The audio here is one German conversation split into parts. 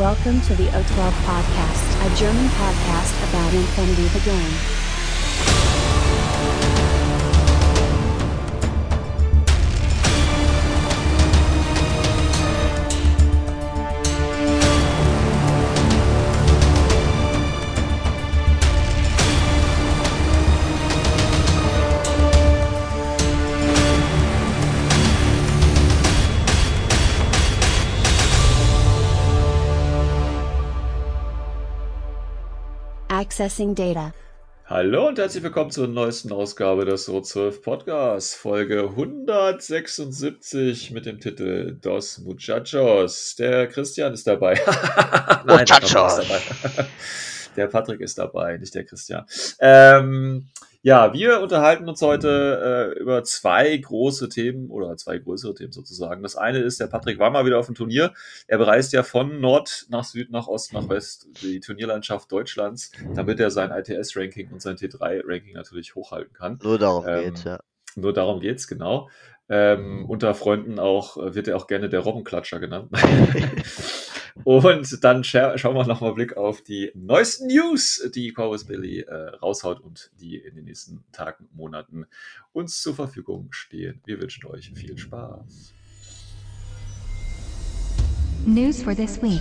Welcome to the O12 Podcast, a German podcast about Infinity the game. Accessing data. Hallo und herzlich willkommen zur neuesten Ausgabe des O12 Podcasts, Folge 176 mit dem Titel Dos Muchachos. Der Christian ist dabei. Nein, der Patrick ist dabei. Der Patrick ist dabei, nicht der Christian. Ja, wir unterhalten uns heute über zwei große Themen oder zwei größere Themen sozusagen. Das eine ist, der Patrick war mal wieder auf dem Turnier. Er bereist ja von Nord nach Süd, nach Ost, nach West die Turnierlandschaft Deutschlands, damit er sein ITS-Ranking und sein T3-Ranking natürlich hochhalten kann. Nur darum geht's, ja. Nur darum geht's, genau. Unter Freunden auch wird er auch gerne der Robbenklatscher genannt. Und dann schauen wir nochmal Blick auf die neuesten News, die Corvus Belli raushaut und die in den nächsten Tagen, Monaten uns zur Verfügung stehen. Wir wünschen euch viel Spaß. News for this week.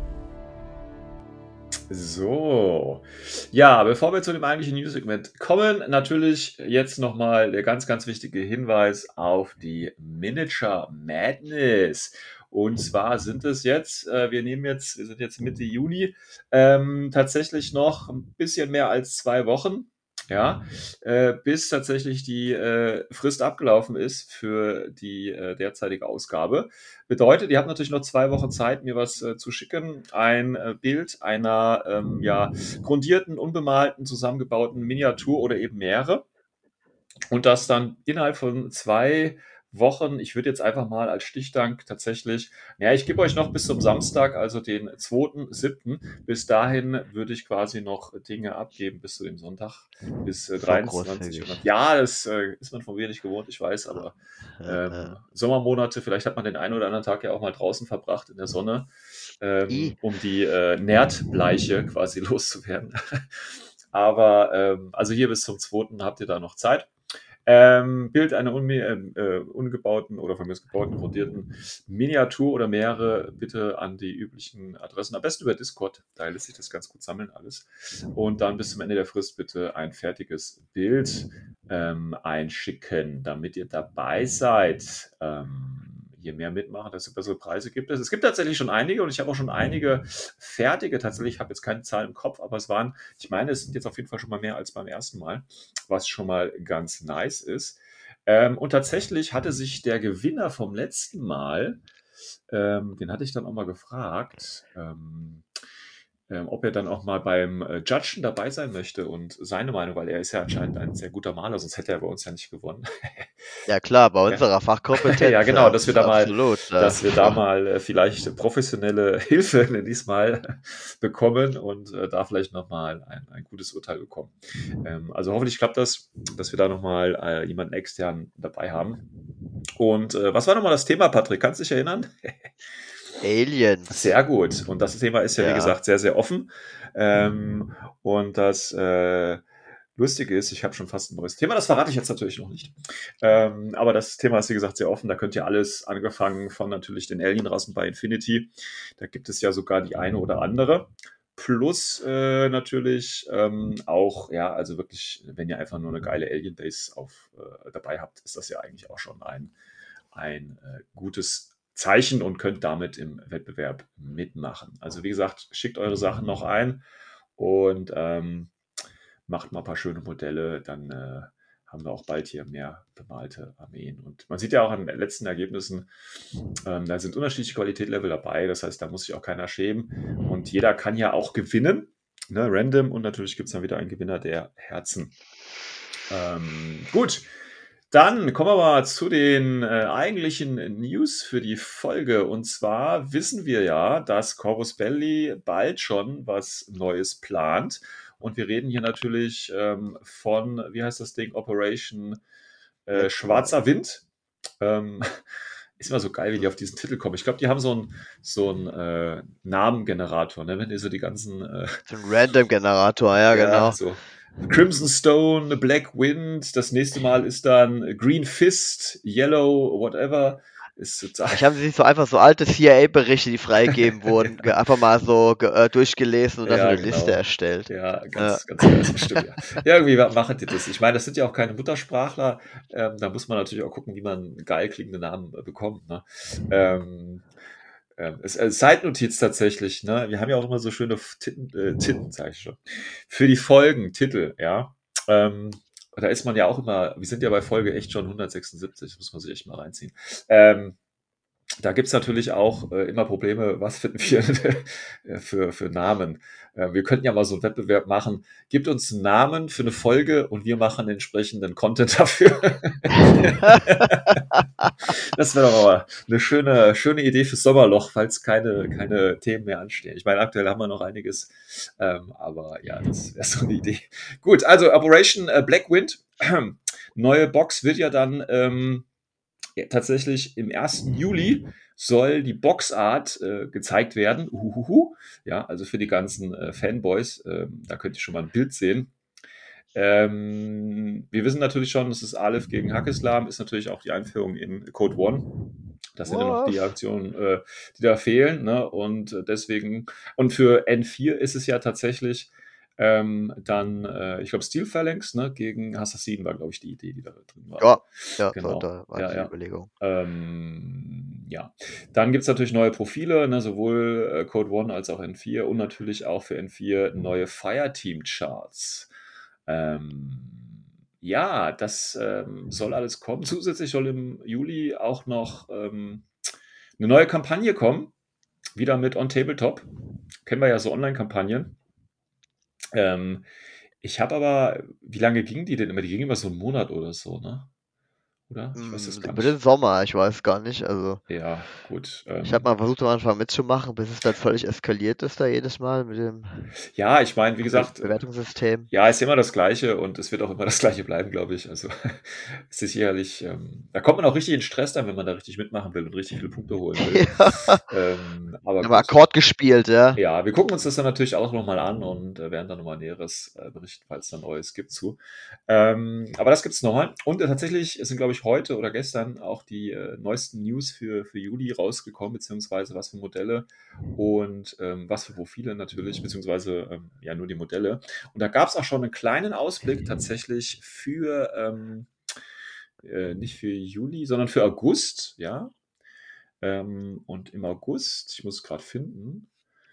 So, ja, bevor wir zu dem eigentlichen News-Segment kommen, natürlich jetzt nochmal der ganz, ganz wichtige Hinweis auf die Miniature Madness. Und zwar sind es jetzt, wir sind jetzt Mitte Juni, tatsächlich noch ein bisschen mehr als 2 Wochen, ja, bis tatsächlich die Frist abgelaufen ist für die derzeitige Ausgabe. Bedeutet, ihr habt natürlich noch 2 Wochen Zeit, mir was zu schicken. Ein Bild einer grundierten, unbemalten, zusammengebauten Miniatur oder eben mehrere. Und das dann innerhalb von 2 Wochen, ich würde jetzt einfach mal als Stichdank tatsächlich, ich gebe euch noch bis zum Samstag, also den 2.7. Bis dahin würde ich quasi noch Dinge abgeben bis zu dem Sonntag, bis 23 Uhr. Ja, das ist man von mir nicht gewohnt, ich weiß, aber Sommermonate, vielleicht hat man den einen oder anderen Tag ja auch mal draußen verbracht in der Sonne, um die Nährtbleiche quasi loszuwerden. Aber also hier bis zum 2. habt ihr da noch Zeit. Bild einer ungebauten oder von mir aus gebauten, grundierten Miniatur oder mehrere bitte an die üblichen Adressen, am besten über Discord, da lässt sich das ganz gut sammeln alles. Und dann bis zum Ende der Frist bitte ein fertiges Bild einschicken, damit ihr dabei seid. Je mehr mitmachen, desto bessere Preise gibt es. Es gibt tatsächlich schon einige und ich habe auch schon einige fertige tatsächlich. Ich habe jetzt keine Zahlen im Kopf, aber es sind jetzt auf jeden Fall schon mal mehr als beim ersten Mal, was schon mal ganz nice ist. Und tatsächlich hatte sich der Gewinner vom letzten Mal, den hatte ich dann auch mal gefragt, ob er dann auch mal beim Judgen dabei sein möchte und seine Meinung, weil er ist ja anscheinend ein sehr guter Maler, sonst hätte er bei uns ja nicht gewonnen. Ja klar, bei unserer Fachkompetenz. Ja, genau, dass wir da absolut, mal vielleicht professionelle Hilfe diesmal bekommen und da vielleicht nochmal ein gutes Urteil bekommen. Also hoffentlich klappt das, dass wir da nochmal jemanden extern dabei haben. Und was war nochmal das Thema, Patrick? Kannst du dich erinnern? Aliens. Sehr gut. Und das Thema ist ja, wie gesagt, sehr, sehr offen. Und das Lustige ist, ich habe schon fast ein neues Thema, das verrate ich jetzt natürlich noch nicht. Aber das Thema ist, wie gesagt, sehr offen. Da könnt ihr alles, angefangen von natürlich den Alienrassen bei Infinity. Da gibt es ja sogar die eine oder andere. Plus natürlich auch, ja, also wirklich, wenn ihr einfach nur eine geile Alien Base dabei habt, ist das ja eigentlich auch schon ein gutes Zeichen und könnt damit im Wettbewerb mitmachen. Also wie gesagt, schickt eure Sachen noch ein und macht mal ein paar schöne Modelle, dann haben wir auch bald hier mehr bemalte Armeen. Und man sieht ja auch an den letzten Ergebnissen, da sind unterschiedliche Qualitätslevel dabei, das heißt, da muss sich auch keiner schämen. Und jeder kann ja auch gewinnen, ne, random, und natürlich gibt es dann wieder einen Gewinner der Herzen. Gut. Dann kommen wir mal zu den eigentlichen News für die Folge. Und zwar wissen wir ja, dass Corvus Belli bald schon was Neues plant. Und wir reden hier natürlich von, wie heißt das Ding, Operation Schwarzer Wind. ist immer so geil, wie die auf diesen Titel kommen. Ich glaube, die haben so einen Namengenerator, ne? Wenn ihr so die ganzen So ein Random-Generator, ja, genau. so Crimson Stone, Black Wind, das nächste Mal ist dann Green Fist, Yellow, whatever. Ist total Ich habe sich so einfach so alte CIA-Berichte, die freigegeben wurden, einfach mal so durchgelesen und dann so Ja, eine Liste genau. erstellt. Ja, ganz geil, das stimmt, ja. Ja, irgendwie machen die das. Ich meine, das sind ja auch keine Muttersprachler. Da muss man natürlich auch gucken, wie man geil klingende Namen bekommt, ne? Side-Notiz tatsächlich, ne? Wir haben ja auch immer so schöne Titten, sag ich schon. Für die Folgen, Titel, ja. Da ist man ja auch immer, wir sind ja bei Folge echt schon 176, muss man sich echt mal reinziehen. Da gibt's natürlich auch immer Probleme, was finden wir für Namen. Wir könnten ja mal so einen Wettbewerb machen. Gebt uns einen Namen für eine Folge und wir machen entsprechenden Content dafür. Das wäre doch mal eine schöne Idee fürs Sommerloch, falls keine Themen mehr anstehen. Ich meine, aktuell haben wir noch einiges, aber ja, das wäre so eine Idee. Gut, also Operation Black Wind. Neue Box wird ja dann tatsächlich im 1. Juli soll die Boxart gezeigt werden. Ja, also für die ganzen Fanboys, da könnt ihr schon mal ein Bild sehen. Wir wissen natürlich schon, das ist Aleph gegen Hakkislam, ist natürlich auch die Einführung in Code One. Das sind ja noch die Aktionen, die da fehlen. Ne? Und deswegen, und für N4 ist es ja tatsächlich dann, ich glaube, Steel Phalanx, ne, gegen Assassin war, glaube ich, die Idee, die da drin war. Ja, Genau. da war die Überlegung. Ja. Dann gibt es natürlich neue Profile, ne, sowohl Code One als auch N4 und natürlich auch für N4 neue Fireteam-Charts. Ja, das soll alles kommen. Zusätzlich soll im Juli auch noch eine neue Kampagne kommen. Wieder mit On Tabletop. Kennen wir ja so Online-Kampagnen. Ich habe aber, wie lange ging die denn immer? Die ging immer so einen Monat oder so, ne? Oder? Ich weiß das gar Über den nicht. Sommer, ich weiß gar nicht. Also, Ja, gut. ich habe mal versucht, am Anfang mitzumachen, bis es dann völlig eskaliert ist da jedes Mal mit dem Ja, ich meine, wie gesagt, Bewertungssystem. ja, ist immer das Gleiche und es wird auch immer das Gleiche bleiben, glaube ich. Also es ist sicherlich, da kommt man auch richtig in Stress dann, wenn man da richtig mitmachen will und richtig viele Punkte holen will. Aber Aber gut. Akkord gespielt, ja. Ja, wir gucken uns das dann natürlich auch nochmal an und werden dann nochmal Näheres berichten, falls es dann Neues gibt zu. Aber das gibt es nochmal. Und tatsächlich sind, glaube ich, heute oder gestern auch die neuesten News für Juli rausgekommen, beziehungsweise was für Modelle und was für Profile natürlich, beziehungsweise ja nur die Modelle. Und da gab es auch schon einen kleinen Ausblick tatsächlich für, nicht für Juli, sondern für August, ja. Und im August, ich muss es gerade finden,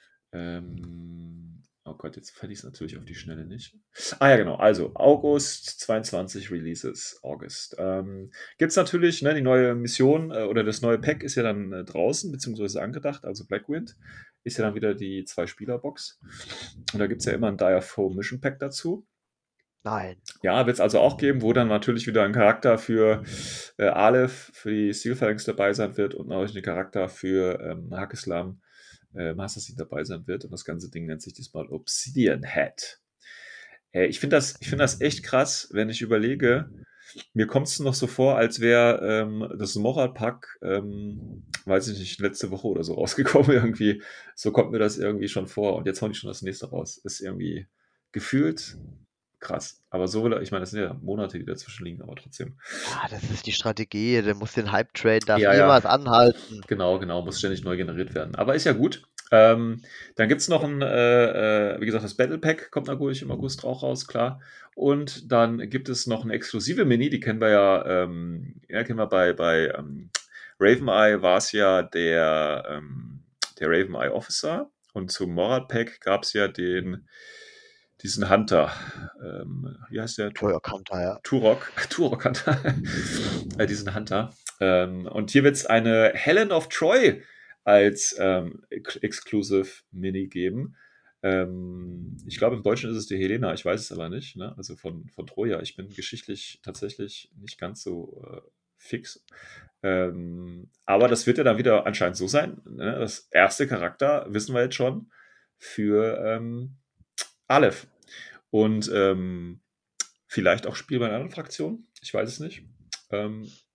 oh Gott, jetzt fand ich es natürlich auf die Schnelle nicht. Ah ja, genau. Also August 22 Releases. August. Gibt es natürlich, ne, die neue Mission oder das neue Pack ist ja dann draußen, beziehungsweise angedacht. Also Blackwind ist ja dann wieder die 2-Spieler-Box. Und da gibt es ja immer ein Dire Foe Mission Pack dazu. Nein. Ja, wird es also auch geben, wo dann natürlich wieder ein Charakter für Aleph, für die Steel Phalanx dabei sein wird und auch ein Charakter für Hakkislam Assassin dabei sein wird. Und das ganze Ding nennt sich diesmal Obsidian Head. Ich finde das echt krass, wenn ich überlege, mir kommt es noch so vor, als wäre das Morat-Pack, weiß ich nicht, letzte Woche oder so rausgekommen irgendwie. So kommt mir das irgendwie schon vor. Und jetzt hauen die schon das nächste raus. Ist irgendwie gefühlt krass. Aber so, ich meine, das sind ja Monate, die dazwischen liegen, aber trotzdem. Ja, das ist die Strategie. Der muss den Hype-Train, darf Ja, niemals anhalten. Genau, muss ständig neu generiert werden. Aber ist ja gut. Dann gibt es noch ein, wie gesagt, das Battle Pack kommt natürlich im August auch raus, klar. Und dann gibt es noch eine exklusive Mini, die kennen wir ja, kennen wir bei Raveneye war es ja der Raveneye Officer. Und zum Morat Pack gab es ja diesen Hunter. Wie heißt der? Turok Hunter, ja. Turok Hunter. Diesen Hunter. Und hier wird es eine Helen of Troy als Exclusive Mini geben. Ich glaube, im Deutschen ist es die Helena, ich weiß es aber nicht. Ne? Also von Troja. Ich bin geschichtlich tatsächlich nicht ganz so fix. Aber das wird ja dann wieder anscheinend so sein. Ne? Das erste Charakter, wissen wir jetzt schon, für Aleph. Und vielleicht auch Spiel bei einer anderen Fraktion. Ich weiß es nicht.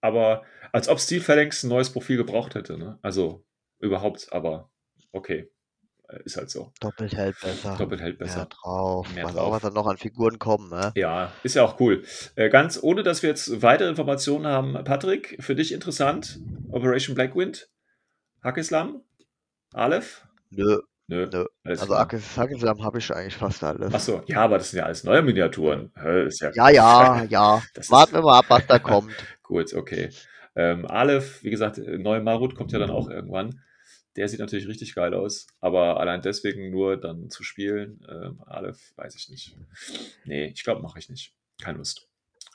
aber als ob Steel Phalanx ein neues Profil gebraucht hätte, ne? Also überhaupt, aber okay, ist halt so. Doppelt hält besser. Doppelt hält Mehr besser. drauf. Mehr Was auch, was drauf. da noch an Figuren kommen, ne? Ja, ist ja auch cool. Ganz ohne, dass wir jetzt weitere Informationen haben, Patrick, für dich interessant? Operation Blackwind? Hackislam? Aleph? Nö. Nö, Nö. alles Also klar. Akislam habe ich eigentlich fast alles. Achso, ja, aber das sind ja alles neue Miniaturen. Ist ja. Ja. Das Warten ist. wir mal ab, was da kommt. Gut, okay. Aleph, wie gesagt, neue Marut kommt ja dann auch irgendwann. Der sieht natürlich richtig geil aus, aber allein deswegen nur dann zu spielen, Aleph, weiß ich nicht. Nee, ich glaube, mache ich nicht. Keine Lust.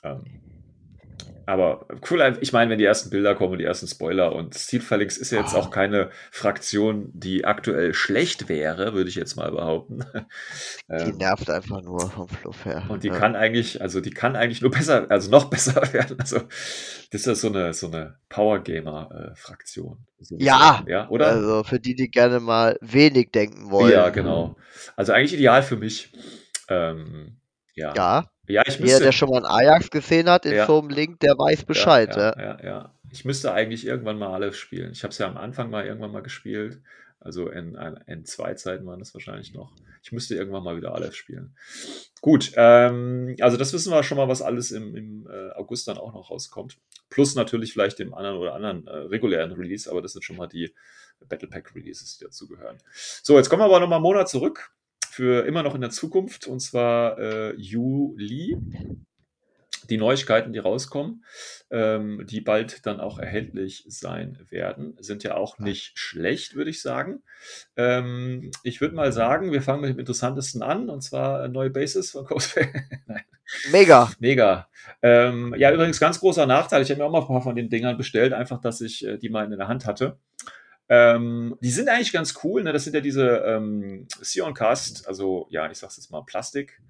Aber cool, ich meine, wenn die ersten Bilder kommen, die ersten Spoiler und Steel Phalanx ist ja jetzt auch keine Fraktion, die aktuell schlecht wäre, würde ich jetzt mal behaupten. Die nervt einfach nur vom Fluff her. Und die kann eigentlich, nur besser, also noch besser werden. Also, das ist so eine Power-Gamer-Fraktion. Ja, Ja, oder? also für die, die gerne mal wenig denken wollen. Ja, genau. Also eigentlich ideal für mich. Ja. Ja, Ja, ich jeder, müsste. der schon mal einen Ajax gesehen hat in Ja. so einem Link, der weiß Bescheid. Ja. Ich müsste eigentlich irgendwann mal Aleph spielen. Ich habe es ja am Anfang irgendwann mal gespielt. Also in N2-Zeiten waren das wahrscheinlich noch. Ich müsste irgendwann mal wieder Aleph spielen. Gut, also das wissen wir schon mal, was alles im August dann auch noch rauskommt. Plus natürlich vielleicht dem anderen regulären Release, aber das sind schon mal die Battle Pack Releases, die dazugehören. So, jetzt kommen wir aber nochmal einen Monat zurück. Für immer noch in der Zukunft, und zwar Juli. Die Neuigkeiten, die rauskommen, die bald dann auch erhältlich sein werden, sind ja auch nicht schlecht, würde ich sagen. Ich würde mal sagen, wir fangen mit dem Interessantesten an, und zwar neue Bases von Cosplay. Mega. Mega. Ja, übrigens ganz großer Nachteil. Ich habe mir auch mal ein paar von den Dingern bestellt, einfach, dass ich die mal in der Hand hatte. Die sind eigentlich ganz cool. Ne? Das sind ja diese Sioncast, also ja, ich sag's jetzt mal Plastik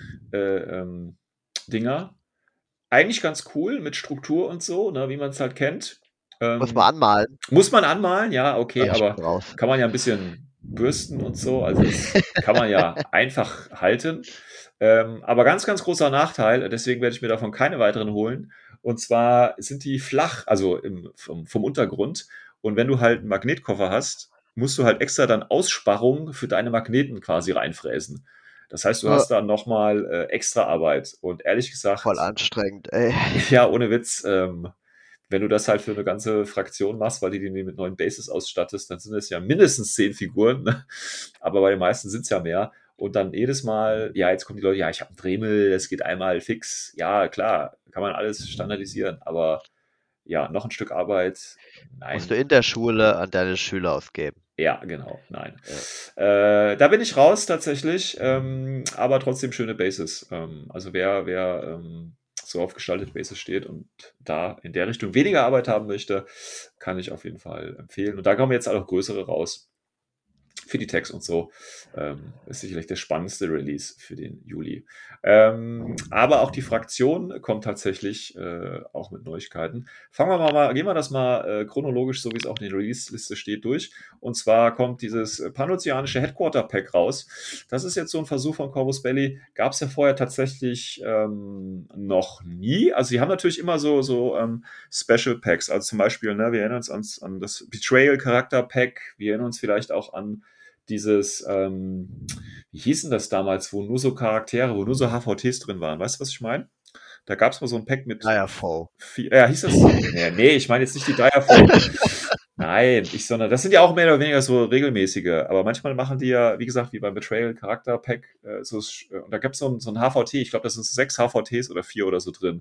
Dinger. Eigentlich ganz cool mit Struktur und so, ne, wie man es halt kennt. Muss man anmalen. Muss man anmalen, ja, okay, Ja, aber raus. kann man ja ein bisschen bürsten und so. Also das kann man ja einfach halten. Aber ganz, ganz großer Nachteil, deswegen werde ich mir davon keine weiteren holen. Und zwar sind die flach, also vom Untergrund. Und wenn du halt einen Magnetkoffer hast, musst du halt extra dann Aussparungen für deine Magneten quasi reinfräsen. Das heißt, du hast da nochmal extra Arbeit. Und ehrlich gesagt, Voll anstrengend, ey. ja, ohne Witz, wenn du das halt für eine ganze Fraktion machst, weil du die mit neuen Bases ausstattest, dann sind es ja mindestens 10 Figuren, ne? Aber bei den meisten sind es ja mehr. Und dann jedes Mal, ja, jetzt kommen die Leute, ja, ich habe einen Dremel, das geht einmal fix. Ja, klar, kann man alles standardisieren, aber ja, noch ein Stück Arbeit, nein. Musst du in der Schule an deine Schüler ausgeben. Ja, genau, nein. Da bin ich raus tatsächlich, aber trotzdem schöne Bases. Also wer so auf gestaltete Bases steht und da in der Richtung weniger Arbeit haben möchte, kann ich auf jeden Fall empfehlen. Und da kommen jetzt auch größere raus. Für die Tags und so. Ist sicherlich der spannendste Release für den Juli. Aber auch die Fraktion kommt tatsächlich auch mit Neuigkeiten. Gehen wir das mal chronologisch, so wie es auch in der Release-Liste steht, durch. Und zwar kommt dieses panozeanische Headquarter-Pack raus. Das ist jetzt so ein Versuch von Corvus Belli. Gab es ja vorher tatsächlich noch nie. Also sie haben natürlich immer so Special Packs. Also zum Beispiel, ne, wir erinnern uns an das Betrayal-Charakter-Pack. Wir erinnern uns vielleicht auch an dieses, wie hieß denn das damals, wo nur so Charaktere, wo nur so HVTs drin waren. Weißt du, was ich meine? Da gab es mal so ein Pack mit. Direfoe. Ja, hieß das? Nee, ich meine jetzt nicht die Direfoe. Nein, sondern das sind ja auch mehr oder weniger so regelmäßige, aber manchmal machen die ja, wie gesagt, wie beim Betrayal Charakter Pack, und da gibt es so ein HVT, ich glaube, das sind 6 HVTs oder 4 oder so drin.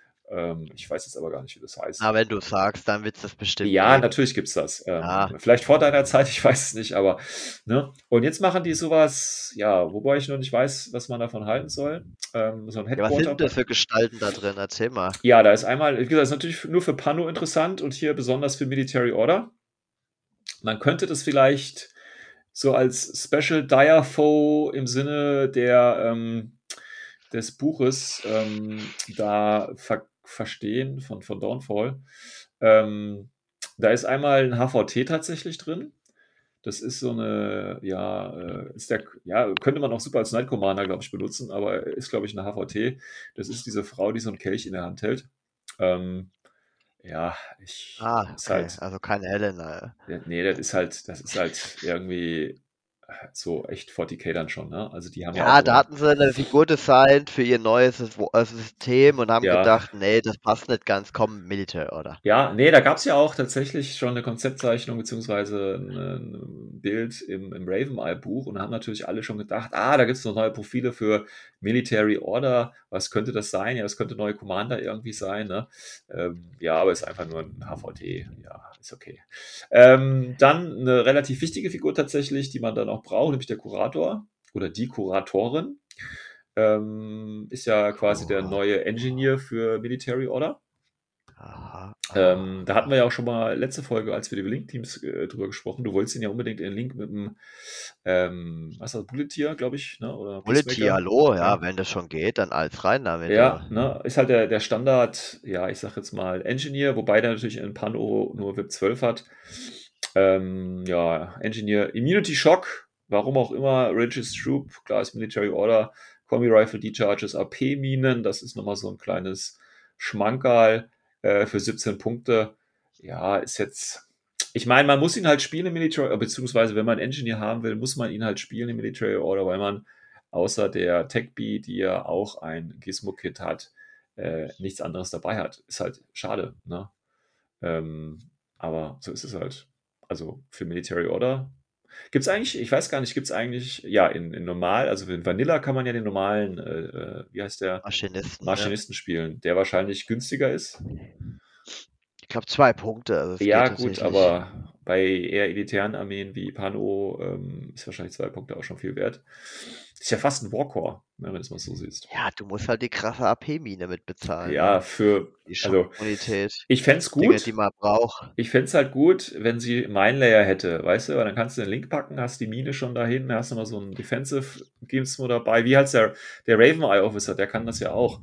Ich weiß jetzt aber gar nicht, wie das heißt. Na, wenn du sagst, dann wird es das bestimmt Ja, geben. natürlich gibt's das. Vielleicht vor deiner Zeit, ich weiß es nicht, aber ne? Und jetzt machen die sowas, ja, wobei ich noch nicht weiß, was man davon halten soll. So ein Ja, was sind Headquarter. denn das für Gestalten da drin? Erzähl mal. Ja, da ist einmal, wie gesagt, ist natürlich nur für Pano interessant und hier besonders für Military Order. Man könnte das vielleicht so als Special Direfoe im Sinne des Buches da verstehen von Dawnfall. Da ist einmal ein HVT tatsächlich drin. Das ist so eine, könnte man auch super als Night Commander, glaube ich, benutzen, aber ist, glaube ich, eine HVT. Das ist diese Frau, die so einen Kelch in der Hand hält. ja, ist Okay, halt, also kein Helena. ja, nee, das ist halt irgendwie so echt 40k dann schon, ne? Also die haben ja auch Ja, da immer, hatten sie eine Figur designt für ihr neues System und haben ja, gedacht: „Nee, das passt nicht ganz, komm, Military Order." ja, nee, da gab es ja auch tatsächlich schon eine Konzeptzeichnung beziehungsweise ein Bild im Raveneye-Buch und haben natürlich alle schon gedacht, da gibt es noch neue Profile für Military Order. Was könnte das sein? Ja, das könnte neue Commander irgendwie sein, ne? Ja, aber ist einfach nur ein HVT. Ja, ist okay. Dann eine relativ wichtige Figur tatsächlich, die man dann auch braucht, nämlich der Kurator oder die Kuratorin. Ist ja quasi der Cora neue Engineer für Military Order. aha, Da hatten wir ja auch schon mal letzte Folge, als wir die Link-Teams drüber gesprochen. Du wolltest ihn ja unbedingt in den Link mit dem, was ist das, Bullet glaube ich, ne? Oder Bulletin, Peacemaker. hallo, Ja, ja, wenn das schon geht, dann alles rein damit, du. ja, ne? Ist halt der Standard, ja, ich sag jetzt mal Engineer, wobei der natürlich in Pano nur VIP 12 hat. Ja, Engineer, Immunity Shock, warum auch immer, Regis Troop, klar ist Military Order, Kombi Rifle Decharges, AP-Minen, das ist nochmal so ein kleines Schmankerl für 17 Punkte. Ja, ist jetzt, ich meine, man muss ihn halt spielen im Military, beziehungsweise wenn man Engineer haben will, muss man ihn halt spielen im Military Order, weil man außer der Tech-Bee, die ja auch ein Gizmo-Kit hat, nichts anderes dabei hat. Ist halt schade, ne? Ähm, aber so ist es halt. Also für Military Order. Gibt es eigentlich, ich weiß gar nicht, gibt es eigentlich, ja, in normal, also in Vanilla kann man ja den normalen, wie heißt der, Maschinisten, ja. Maschinisten spielen, der wahrscheinlich günstiger ist. Ich glaube 2 Punkte, also es Ja, geht gut, tatsächlich. aber bei eher elitären Armeen wie Pano ist wahrscheinlich 2 Punkte auch schon viel wert. Ist ja fast ein Warcore, ne, wenn du es mal so siehst. Ja, du musst halt die krasse AP-Mine mit bezahlen, Ja, ne? Die also Schockimmunität, ich fände es Dinge, die gut. man braucht. Ich fände es halt gut, wenn sie Mine Layer hätte, weißt du? Weil dann kannst du den Link packen, hast die Mine schon dahin, hast du mal so einen Defensive Gizmo dabei. Wie halt der Raven-Eye Officer, der kann das ja auch.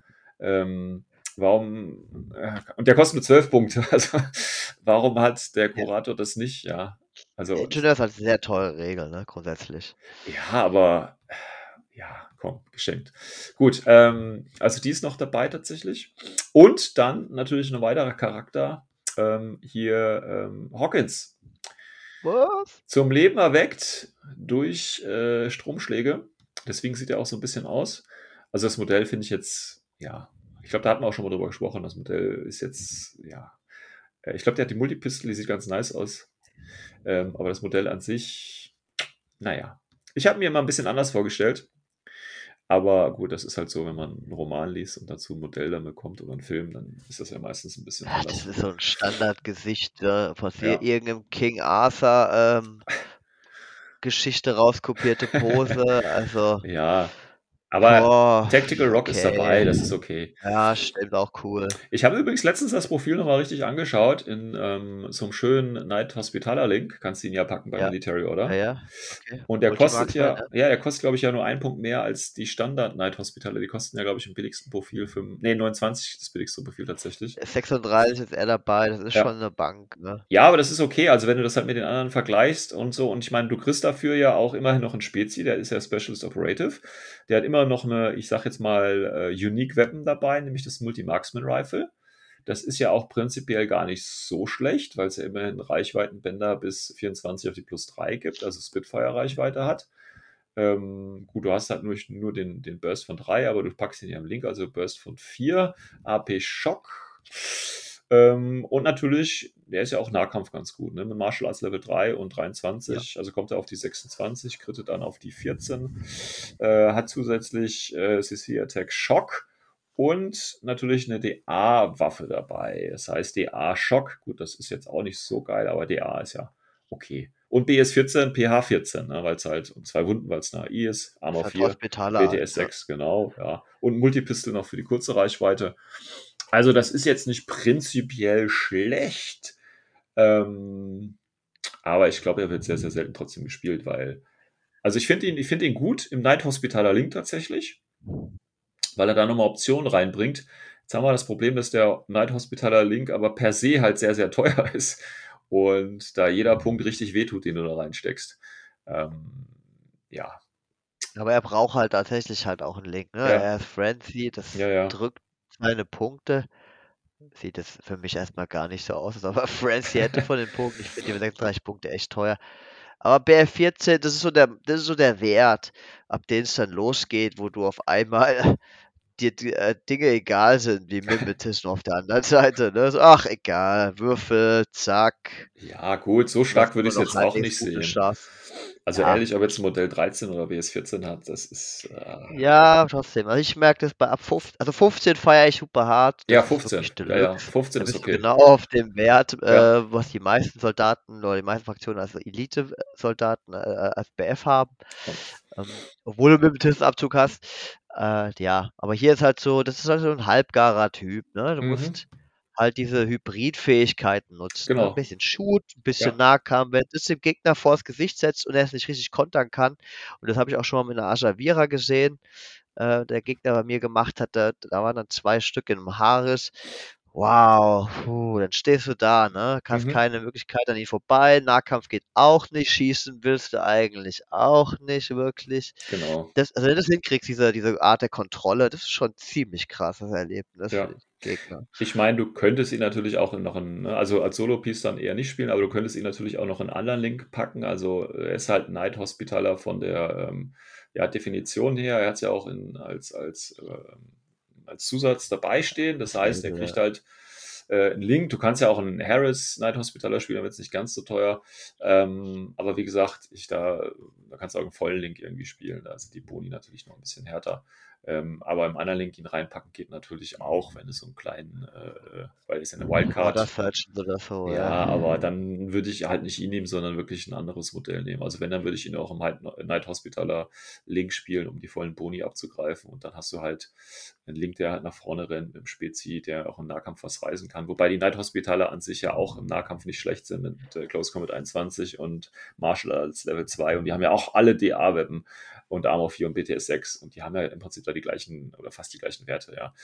Und der kostet nur 12 Punkte. Also, warum hat der Ja, Kurator das nicht? Ja, also, Ingenieur ist halt sehr teure Regel, ne, grundsätzlich. ja, aber ja, komm, geschenkt. Gut, also die ist noch dabei tatsächlich. Und dann natürlich ein weiterer Charakter, hier Hawkins. Was? Zum Leben erweckt durch Stromschläge. Deswegen sieht er auch so ein bisschen aus. Also das Modell finde ich jetzt, ja, ich glaube, da hatten wir auch schon mal drüber gesprochen. Das Modell ist jetzt, ja, ich glaube, der hat die Multipistol, die sieht ganz nice aus. Aber das Modell an sich, naja. Ich habe mir immer ein bisschen anders vorgestellt. Aber gut, das ist halt so, wenn man einen Roman liest und dazu ein Modell dann bekommt oder einen Film, dann ist das ja meistens ein bisschen Ja, das anders. ist so 'n Standardgesicht, ne, von Ja, irgendeinem King Arthur, Geschichte rauskopierte Pose, also, ja. Aber boah, Tactical Rock ist dabei, okay. das ist okay. Ja, stimmt, auch cool. Ich habe übrigens letztens das Profil nochmal richtig angeschaut in so einem schönen Night Hospitaler Link. Kannst du ihn ja packen bei Ja, Military ja, Order. ja, okay. Und der kostet Multimarksman, ja. ja, der kostet, glaube ich, ja nur einen Punkt mehr als die Standard Night Hospitaler. Die kosten ja, glaube ich, im billigsten Profil 29 das billigste Profil tatsächlich. 36 ist er dabei, das ist Ja. schon 'ne Bank, ne? Ja, aber das ist okay. Also, wenn du das halt mit den anderen vergleichst und so, und ich meine, du kriegst dafür ja auch immerhin noch einen Spezi, der ist ja Specialist Operative. Der hat immer noch eine, ich sag jetzt mal, Unique Weapon dabei, nämlich das Multi-Marksman Rifle. Das ist ja auch prinzipiell gar nicht so schlecht, weil es ja immerhin Reichweitenbänder bis 24 auf die +3 gibt, also Spitfire-Reichweite hat. Gut, du hast halt nur den Burst von 3, aber du packst ihn ja im Link, also Burst von 4, AP Schock. Und natürlich, der ist ja auch Nahkampf ganz gut, ne? Mit Martial Arts Level 3 und Ja. 23, also kommt er auf die 26, krittet dann auf die 14, hat zusätzlich CC Attack Schock und natürlich eine DA-Waffe dabei. Das heißt DA-Schock, gut, das ist jetzt auch nicht so geil, aber DA ist ja okay. Und BS 14, PH 14, ne, weil es halt um 2 Wunden, weil es eine AI ist, Ist Armor halt 4, Hospitaler halt, BTS ja. 6, genau, ja. Und Multipistol noch für die kurze Reichweite. Also das ist jetzt nicht prinzipiell schlecht, ähm, aber ich glaube, er wird sehr, sehr selten trotzdem gespielt, weil, also ich finde ihn gut im Night Hospitaler Link tatsächlich, weil er da nochmal Optionen reinbringt. Jetzt haben wir das Problem, dass der Night Hospitaler Link aber per se halt sehr, sehr teuer ist und da jeder Punkt richtig wehtut, den du da reinsteckst. Ähm, ja, Aber er braucht halt tatsächlich halt auch 'n Link, ne? ja, Er ist Frenzy, ja, das ja. drückt seine Punkte. sieht es für mich erstmal gar nicht so aus, als ob er Frenzy hätte von den Punkten. Ich finde die 36 Punkte echt teuer. Aber BF14, das ist so der Wert, ab dem es dann losgeht, wo du auf einmal dir die Dinge egal sind, wie Mimetism auf der anderen Seite. Ne? So, ach, egal, Würfel, zack, Ja, gut, so du hast stark würde immer ich es noch jetzt auch halbwegs nicht gute sehen. Chancen. Also Ja, ehrlich, ob jetzt ein Modell 13 oder BS14 hat, das ist. ja, trotzdem. Also ich merke das bei ab 15, also 15 feiere ich super hart. Ja, Das ist 15. wirklich Ja, ja, Deluxe. 15 Da ist bist du okay. genau auf dem Wert, Ja, was die meisten Soldaten oder die meisten Fraktionen, also Elite-Soldaten als BF haben. Obwohl du mit dem Tissenabzug hast. Ja, aber hier ist halt so, das ist halt so ein halbgarer Typ, ne? Du mhm, musst halt diese Hybrid-Fähigkeiten nutzen, ne? Ein genau. bisschen Shoot, ein bisschen Ja. Nahkampf, wenn das dem Gegner vors Gesicht setzt und er es nicht richtig kontern kann. Und das habe ich auch schon mal mit einer Ajavira gesehen, der Gegner bei mir gemacht hat. Da waren dann 2 Stück in 'nem Haares. Wow, dann stehst du da, ne? Hast Mhm, keine Möglichkeit an ihm vorbei. Nahkampf geht auch nicht, schießen willst du eigentlich auch nicht wirklich. genau. Also wenn du das hinkriegst, diese Art der Kontrolle, das ist schon ziemlich krasses Erlebnis für Ja. den Gegner. Ich meine, du könntest ihn natürlich auch noch in, ne, also als Solo-Piece dann eher nicht spielen, aber du könntest ihn natürlich auch noch in einen anderen Link packen. Also er ist halt ein Night Hospitaler von der ja, Definition her. Er hat es ja auch als Zusatz dabei stehen. Das heißt, er Fable, kriegt ja. halt einen Link. Du kannst ja auch einen Harris Night Hospitaler spielen, dann wird es nicht ganz so teuer. Aber wie gesagt, da kannst du auch einen vollen Link irgendwie spielen. Da sind die Boni natürlich noch ein bisschen härter. Aber im anderen Link ihn reinpacken geht natürlich auch, wenn es so einen kleinen, weil es ja eine Order Wildcard. Searches oder so, Ja, ja. aber dann würde ich halt nicht ihn nehmen, sondern wirklich ein anderes Modell nehmen. Also wenn, dann würde ich ihn auch im Night Hospitaler Link spielen, um die vollen Boni abzugreifen. Und dann hast du halt einen Link, der halt nach vorne rennt, mit dem Spezi, der auch im Nahkampf was reißen kann. Wobei die Night Hospitaler an sich ja auch im Nahkampf nicht schlecht sind mit Close Combat 21 und Martial als Level 2. Und die haben ja auch alle DA-Weapon und Armor 4 und BTS 6. Und die haben ja im Prinzip da die gleichen oder fast die gleichen Werte, ja.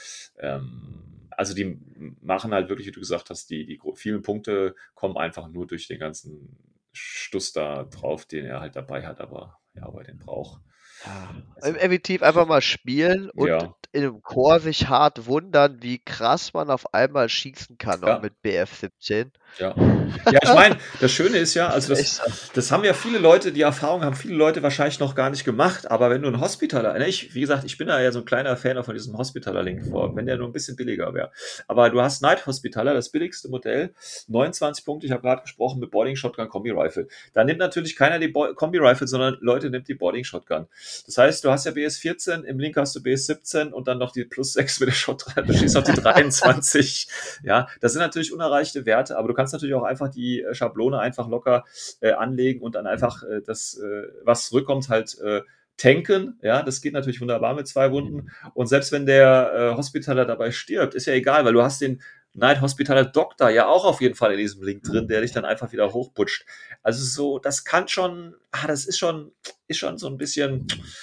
Also die machen halt wirklich, wie du gesagt hast, die vielen Punkte kommen einfach nur durch den ganzen Stuss da drauf, den er halt dabei hat, aber ja, aber den braucht. Ja, Also, effektiv einfach mal spielen und ja, in 'nem Chor sich hart wundern, wie krass man auf einmal schießen kann, auch ja, mit BF17. ja. Ja, ich meine, das Schöne ist ja, Das also ist echt so. das haben ja viele Leute, die Erfahrung haben viele Leute wahrscheinlich noch gar nicht gemacht, aber wenn du einen Hospitaler, ne, wie gesagt, ich bin da ja so ein kleiner Fan auch von diesem Hospitaler-Link vor, wenn der nur ein bisschen billiger wäre. Aber du hast Night Hospitaler, das billigste Modell, 29 Punkte, ich habe gerade gesprochen, mit Boarding Shotgun Kombi Rifle. Da nimmt natürlich keiner die Kombi Rifle, sondern Leute nimmt die Boarding Shotgun. Das heißt, du hast ja BS14, im Link hast du BS17 und dann noch die plus 6 mit der Shotgun, du schießt auf die 23. Ja, das sind natürlich unerreichte Werte, aber du kannst natürlich auch einfach die Schablone einfach locker anlegen und dann einfach was zurückkommt, halt tanken. Ja, das geht natürlich wunderbar mit 2 Wunden. Und selbst wenn der Hospitaler dabei stirbt, ist ja egal, weil du hast den Night Hospitaler Doktor ja auch auf jeden Fall in diesem Link drin, der dich dann einfach wieder hochputscht. Also so, das kann schon, das ist schon so ein bisschen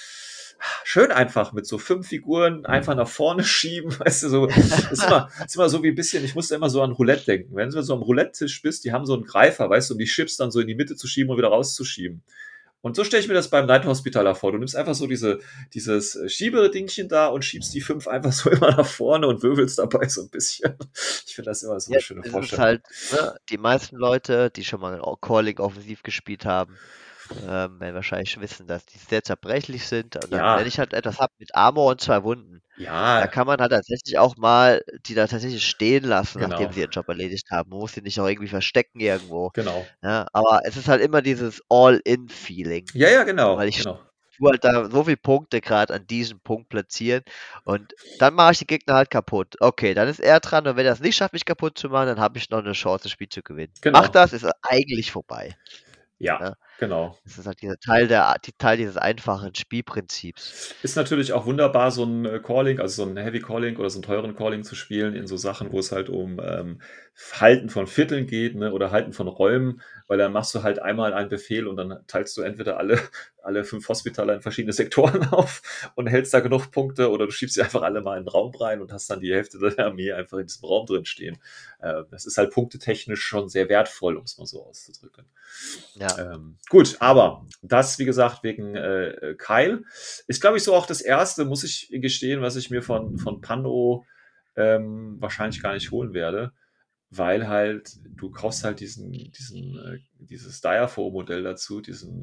schön einfach mit so 5 Figuren einfach nach vorne schieben, weißt du, so, ist immer so wie ein bisschen, ich musste immer so an Roulette denken. Wenn du so am Roulette-Tisch bist, die haben so einen Greifer, weißt du, um die Chips dann so in die Mitte zu schieben und wieder rauszuschieben. Und so stelle ich mir das beim Night Hospitaler vor. Du nimmst einfach so dieses Schiebedingchen da und schiebst die 5 einfach so immer nach vorne und wirbelst dabei so ein bisschen. Ich finde das immer so eine Ja, schöne das ist Vorstellung. halt, ne, die meisten Leute, die schon mal Calling offensiv gespielt haben, werden wahrscheinlich wissen, dass die sehr zerbrechlich sind. Und dann, wenn Ja, ich halt etwas habe mit Armor und 2 Wunden, da ja, kann man halt tatsächlich auch mal die da tatsächlich stehen lassen, nachdem genau, sie ihren Job erledigt haben. Man muss sie nicht auch irgendwie verstecken irgendwo. genau. Ja, aber es ist halt immer dieses All-in-Feeling, Ja, ja, weil genau, ich genau. tue halt da so viel Punkte gerade an diesem Punkt platzieren und dann mache ich die Gegner halt kaputt. Okay, dann ist er dran und wenn er es nicht schafft, mich kaputt zu machen, dann habe ich noch eine Chance, das Spiel zu gewinnen. Macht Genau. das, ist er eigentlich vorbei, Ja, ne? genau. Das ist halt dieser Teil dieses einfachen Spielprinzips. Ist natürlich auch wunderbar, so ein Calling, also so ein Heavy Calling oder so einen teuren Calling zu spielen in so Sachen, wo es halt um Halten von Vierteln geht, ne, oder Halten von Räumen, weil dann machst du halt einmal einen Befehl und dann teilst du entweder alle 5 Hospitaler in verschiedene Sektoren auf und hältst da genug Punkte oder du schiebst sie einfach alle mal in den Raum rein und hast dann die Hälfte der Armee einfach in diesem Raum drin stehen. Das ist halt punktetechnisch schon sehr wertvoll, um es mal so auszudrücken. Ja. Gut, aber das, wie gesagt, wegen Kyle ist, glaube ich, so auch das erste, muss ich gestehen, was ich mir von Pando wahrscheinlich gar nicht holen werde, weil halt du kaufst halt dieses Diaphore-Modell dazu,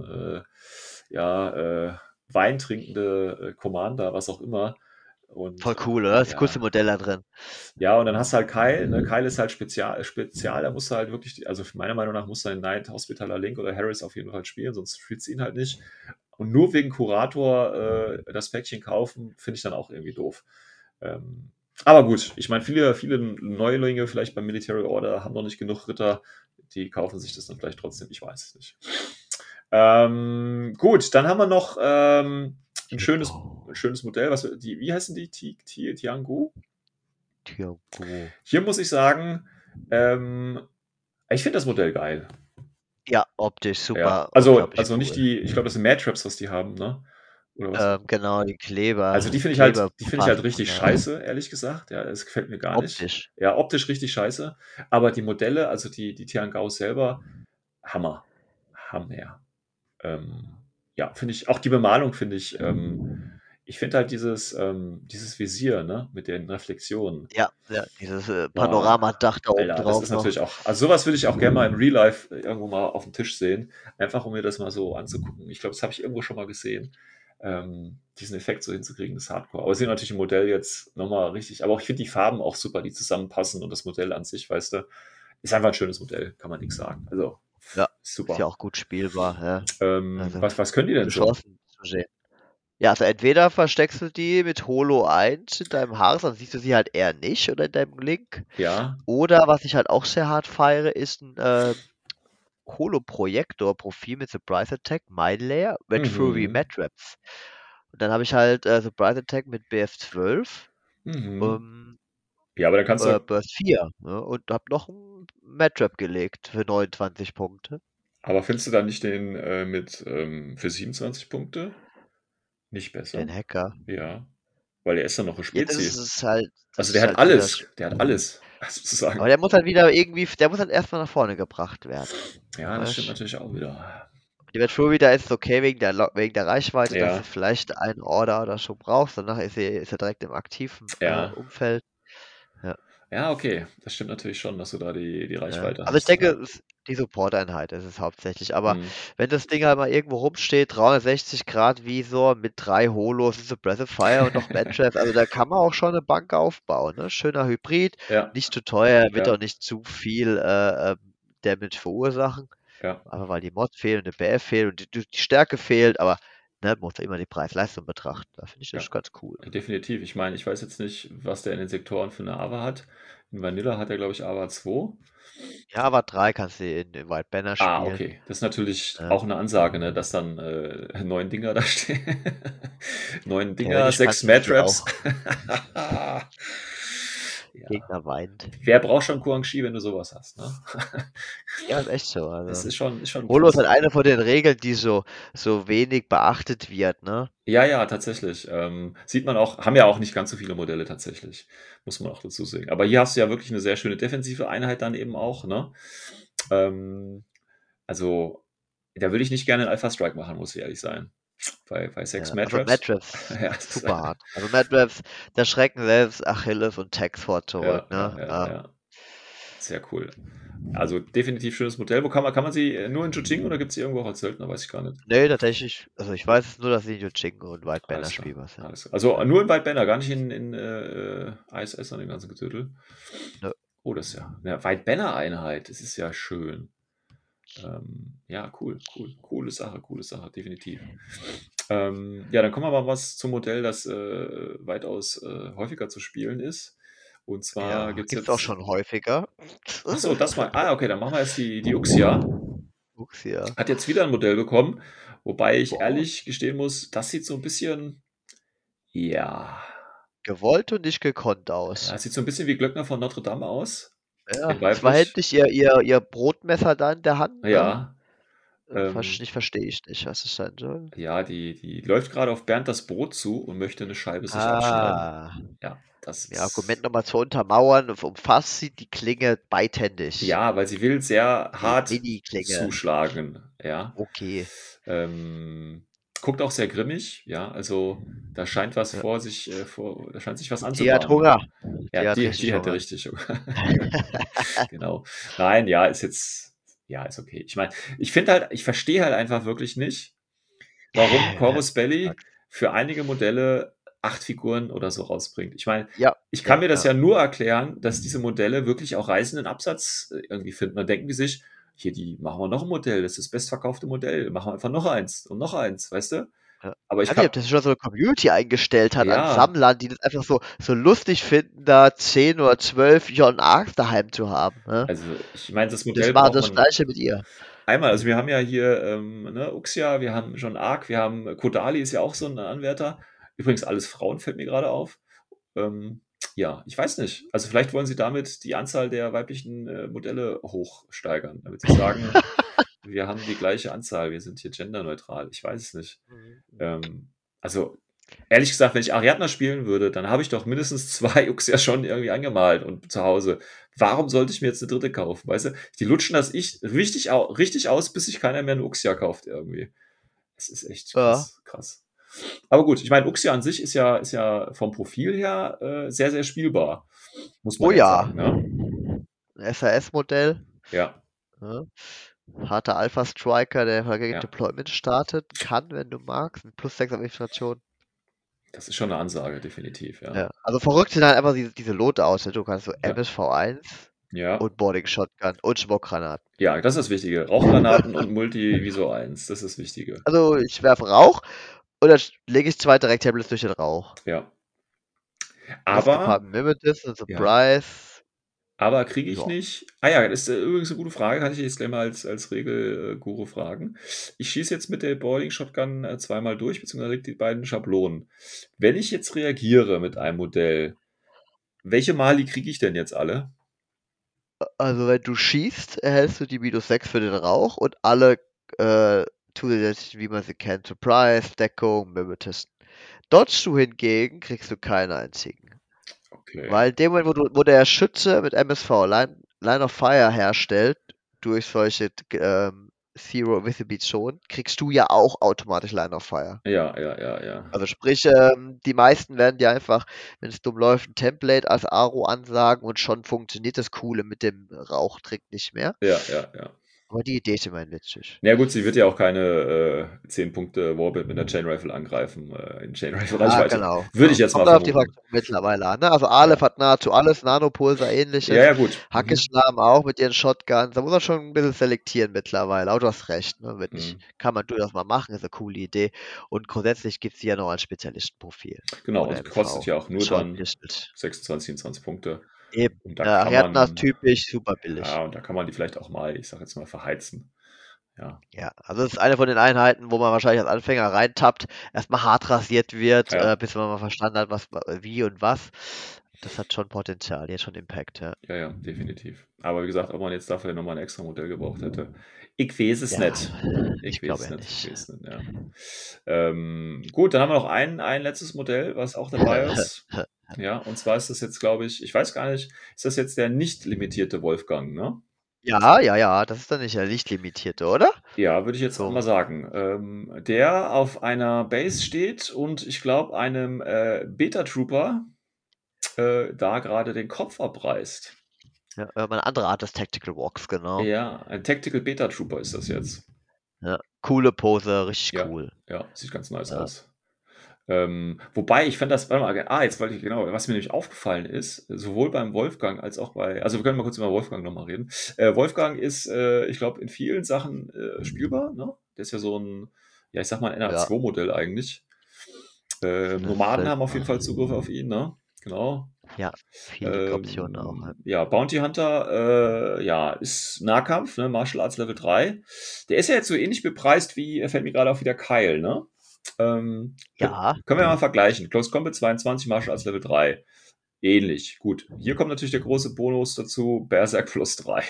weintrinkende Commander, was auch immer. Und Voll cool, oder? Das coolste ja, Modell da drin. ja, und dann hast du halt Kyle, ne? Kyle ist halt spezial, da musst du halt wirklich, also meiner Meinung nach muss ein Knight Hospitaler Link oder Harris auf jeden Fall spielen, sonst spielst du ihn halt nicht. Und nur wegen Kurator das Päckchen kaufen, finde ich dann auch irgendwie doof. Ähm, aber gut, ich meine, viele Neulinge vielleicht beim Military Order haben noch nicht genug Ritter, die kaufen sich das dann vielleicht trotzdem, ich weiß es nicht. Gut, dann haben wir noch ein schönes Modell, wie heißen die? Tiangu? Tiangu. Hier muss ich sagen, ich finde das Modell geil. Ja, optisch Ja. super. Also unglaublich nicht cool. ich glaube, das sind Mad Traps, was die haben, ne? Oder was? Genau, die Kleber. Also die finde ich halt richtig scheiße, ehrlich gesagt. Ja, das gefällt mir gar nicht. Optisch. Ja, optisch richtig scheiße. Aber die Modelle, also die Tiangao selber, Hammer. Hammer. Ja, finde ich, auch die Bemalung finde ich finde halt dieses Visier, ne, mit den Reflexionen. Ja, dieses Panoramadach da oben Alter, das drauf ist noch. natürlich auch, also sowas würde ich auch gerne mal im Real Life irgendwo mal auf dem Tisch sehen, einfach um mir das mal so anzugucken. Ich glaube, das habe ich irgendwo schon mal gesehen, diesen Effekt so hinzukriegen, das Hardcore. Aber es ist natürlich im Modell jetzt nochmal richtig, aber auch ich finde die Farben auch super, die zusammenpassen und das Modell an sich, weißt du, ist einfach ein schönes Modell, kann man nichts sagen. Also, Ja, super. ist ja auch gut spielbar. Ja. Also, was können die denn so? Chancen zu sehen. Ja, also entweder versteckst du die mit Holo 1 in deinem Haus, dann siehst du sie halt eher nicht oder in deinem Link. Ja. Oder was ich halt auch sehr hart feiere, ist ein Holo-Projektor-Profil mit Surprise Attack, Mine Layer, Red Fury Mhm. Matraps. Und dann habe ich halt Surprise Attack mit BF12, Mhm. Ja, aber dann kannst du, Burst 4, ne? Und habe noch ein Matrap gelegt für 29 Punkte. aber findest du dann nicht den für 27 Punkte nicht besser? Den Hacker. Ja, weil der ist dann noch eine Ja, das Spezie. ist halt, das Also der ist hat halt wieder. alles. Der hat alles, sozusagen. Aber der muss halt wieder irgendwie, der muss halt erstmal nach vorne gebracht werden. Ja, das stimmt Weißt? natürlich auch wieder. Die Red Fury, da ist es okay wegen der Reichweite, dass Ja, du vielleicht einen Order oder so brauchst. Danach ist er direkt im aktiven ja. Umfeld. Ja. Ja, okay. Das stimmt natürlich schon, dass du da die Reichweite Also ich hast. denke, Ja. die Support-Einheit ist es hauptsächlich. Aber Mhm. wenn das Ding halt mal irgendwo rumsteht, 360 Grad Visor mit 3 Holos, so Breath of Fire und noch Matraps, also da kann man auch schon eine Bank aufbauen. Ne? Schöner Hybrid, Ja, nicht zu teuer, wird ja, auch nicht zu viel Damage verursachen. ja. Einfach weil die Mod fehlen und der BF fehlt und die Stärke fehlt, aber ne, muss ja immer die Preis-Leistung betrachten. Da finde ich das Ja. ganz cool. Definitiv. Ich meine, ich weiß jetzt nicht, was der in den Sektoren für eine Ava hat. In Vanilla hat er, glaube ich, Ava 2. Ja, aber 3 kannst du in White Banner spielen. Okay. Das ist natürlich Ja. auch eine Ansage, ne, dass dann 9 Dinger da stehen. 9 Dinger, Theoretisch 6 kannst du sie Matraps. auch. Ja. Gegner weint. Wer braucht schon Guangxi, wenn du sowas hast, ne? Ja, ist echt so. Das Also. ist schon Holo ist krass. halt eine von den Regeln, die so wenig beachtet wird, ne? Ja, ja, tatsächlich. Sieht man auch, haben ja auch nicht ganz so viele Modelle tatsächlich, muss man auch dazu sagen. Aber hier hast du ja wirklich eine sehr schöne defensive Einheit dann eben auch, ne? Also, da würde ich nicht gerne einen Alpha Strike machen, muss ich ehrlich sein. Bei 6 Ja, also Matraps. Matraps, Ja, das ist, super hart. Also Matraps, der schrecken selbst Achilles und Texford zurück, ja, ne? ja. Sehr cool. Also definitiv schönes Modell. Wo kann man sie nur in Jujing oder gibt es sie irgendwo auch als Söldner? Weiß ich gar nicht. Nee, tatsächlich, also ich weiß es nur, dass sie in Yuching und White Banner Alles klar. spielbar sind. Alles klar. Also nur in White Banner, gar nicht in ISS und dem ganzen Getötel. Nö. Oh, das ist ja eine White Banner Einheit. Das ist ja schön. Ja, cool. Coole Sache, definitiv. Ja, dann kommen wir mal was zum Modell, das weitaus häufiger zu spielen ist. Und zwar Ja, gibt es gibt's jetzt. auch schon häufiger. Achso, das mal. Okay, dann machen wir jetzt die Uxia. Uxia. Hat jetzt wieder ein Modell bekommen, wobei ich Oh. ehrlich gestehen muss, das sieht so ein bisschen. Ja. Gewollt und nicht gekonnt aus. Ja, sieht so ein bisschen wie Glöckner von Notre Dame aus. Ja, In weiblich. zweihändig ihr Brotmesser da in der Hand, ne? Ja. Verstehe ich nicht, was es sein soll. Ja, die läuft gerade auf Bernd das Brot zu und möchte eine Scheibe sich abschneiden. Ja, das Ja, ist. Argument nochmal zu untermauern, umfasst sie die Klinge beidhändig. Ja, weil sie will sehr Die hart Mini-Klinge. zuschlagen. Ja. Okay. guckt auch sehr grimmig, ja, also da scheint was Ja. da scheint sich was Die hat anzubahnen. Hunger. Ja, Die hat richtig die hätte Hunger. richtig Hunger. Genau. Nein, ja, ist okay. Ich meine, ich verstehe halt einfach wirklich nicht, warum Corvus Belli für einige Modelle 8 Figuren oder so rausbringt. Ich meine, Ja, ich kann ja, mir das ja. ja nur erklären, dass diese Modelle wirklich auch reißenden Absatz irgendwie finden. Dann denken die sich, hier, die machen wir noch ein Modell, das ist das bestverkaufte Modell, machen wir einfach noch eins, weißt du? Ja. Aber Ich ich weiß nicht, kann, ob das schon so eine Community eingestellt hat an ja, Sammlern, die das einfach so lustig finden, da 10 oder 12 John Arcs daheim zu haben. Ne? also ich meine, das Das Modell war braucht das man Gleiche mit ihr. einmal. Also wir haben ja hier ne, Uxia, wir haben Jeanne Arc, wir haben Kodali ist ja auch so ein Anwärter. Übrigens alles Frauen, fällt mir gerade auf. Ähm, ja, ich weiß nicht. Also vielleicht wollen sie damit die Anzahl der weiblichen Modelle hochsteigern, damit sie sagen, wir haben die gleiche Anzahl, wir sind hier genderneutral. Ich weiß es nicht. Also ehrlich gesagt, wenn ich Ariadna spielen würde, dann habe ich doch mindestens 2 Uxia schon irgendwie angemalt und zu Hause. Warum sollte ich mir jetzt eine dritte kaufen? Weißt du, die lutschen das richtig aus, bis sich keiner mehr eine Uxia kauft irgendwie. Das ist echt Ja. krass. Aber gut, ich meine, Uxia an sich ist ja vom Profil her sehr, sehr spielbar. Muss man Oh ja ja. sagen, ne? Ein SAS-Modell. Ja, Ne? Harter Alpha-Striker, der gegen ja. Deployment startet kann, wenn du magst. Mit plus 6 auf Infiltration. Das ist schon eine Ansage, definitiv, ja. Ja. Also verrückt sind halt einfach diese Loadouts. Ne? Du kannst so Ja, MSV1 ja. und Boarding Shotgun und Schmuckgranaten. Ja, das ist das Wichtige. Rauchgranaten und Multi-Viso 1, das ist das Wichtige. Also ich werfe Rauch und dann lege ich 2 direkt Tablets durch den Rauch. Ja. Risk Aber, Department Mimetism und ja, Surprise. aber kriege ich Ja. nicht. Ah ja, das ist übrigens eine gute Frage, kann ich jetzt gleich mal als Regelguru fragen. Ich schieße jetzt mit der Boarding Shotgun zweimal durch, beziehungsweise leg die beiden Schablonen. Wenn ich jetzt reagiere mit einem Modell, welche Mali kriege ich denn jetzt alle? Also wenn du schießt, erhältst du die minus 6 für den Rauch und alle zusätzlich, wie man sie kennt, Surprise, Deckung, Mimetism. Dodgst du hingegen, kriegst du keinen einzigen. Okay. Weil in dem Moment, wo der Schütze mit MSV Line of Fire herstellt, durch solche Zero Visibility Zonen, kriegst du ja auch automatisch Line of Fire. Ja. Also sprich, die meisten werden dir einfach, wenn es dumm läuft, ein Template als Aro ansagen und schon funktioniert das Coole mit dem Rauchtrick nicht mehr. Ja. Aber die Idee ist immerhin witzig. Ja gut, sie wird ja auch keine 10 Punkte Warband mit einer Chain Rifle angreifen in Chain Rifle Ah, Reichweite. genau. Würde ich jetzt mal Kommt auf die vermuten. Fraktion mittlerweile an. Ne? Also Aleph Ja. hat nahezu alles, Nanopulsar ähnliches. Ja, gut. Hackeschlamm auch mit ihren Shotguns. Da muss man schon ein bisschen selektieren mittlerweile. Aber du hast recht. Ne? Kann man durchaus mal machen, ist eine coole Idee. Und grundsätzlich gibt es die ja noch als Spezialistenprofil. Genau, Oder und kostet ja auch nur dann 26, 27 Punkte. Eben. Und da kann Ariadna man, typisch, super billig. ja, und da kann man die vielleicht auch mal, ich sag jetzt mal, verheizen. Ja. Ja, also das ist eine von den Einheiten, wo man wahrscheinlich als Anfänger reintappt, erstmal hart rasiert wird, Ja. bis man mal verstanden hat, wie und was. Das hat schon Potenzial, die hat schon Impact, ja. Ja, definitiv. Aber wie gesagt, ob man jetzt dafür nochmal ein extra Modell gebraucht hätte, ich weiß es Ja, nicht. ich glaube ja nicht. Ich weiß nicht, ja. Gut, dann haben wir noch ein letztes Modell, was auch dabei ist. Ja, und zwar ist das jetzt, glaube ich weiß gar nicht, ist das jetzt der nicht limitierte Wolfgang, ne? Ja, das ist dann nicht der Lichtlimitierte, oder? Ja, würde ich jetzt So. mal sagen. Der auf einer Base steht und ich glaube einem Beta-Trooper da gerade den Kopf abreißt. Ja, eine andere Art des Tactical Walks, genau. Ja, ein Tactical Beta-Trooper ist das jetzt. Ja, coole Pose, richtig cool. Ja, sieht ganz nice aus. Wobei, ich fand das, warte mal, jetzt wollte ich genau, was mir nämlich aufgefallen ist, sowohl beim Wolfgang als auch also wir können mal kurz über Wolfgang nochmal reden. Wolfgang ist, ich glaube, in vielen Sachen spielbar, ne? Der ist ja so ein, ja, ich sag mal ein NA2-Modell eigentlich. Nomaden haben auf jeden Fall Zugriff auf ihn, ne? Genau. Ja, viele Optionen auch. Ja, Bounty Hunter, ist Nahkampf, ne? Martial Arts Level 3. Der ist ja jetzt so ähnlich bepreist wie, fällt mir gerade auf, wieder Kyle, ne? Können wir mal vergleichen. Close Combat 22, Martial Arts Level 3. Ähnlich. Gut. Hier kommt natürlich der große Bonus dazu. Berserk plus 3.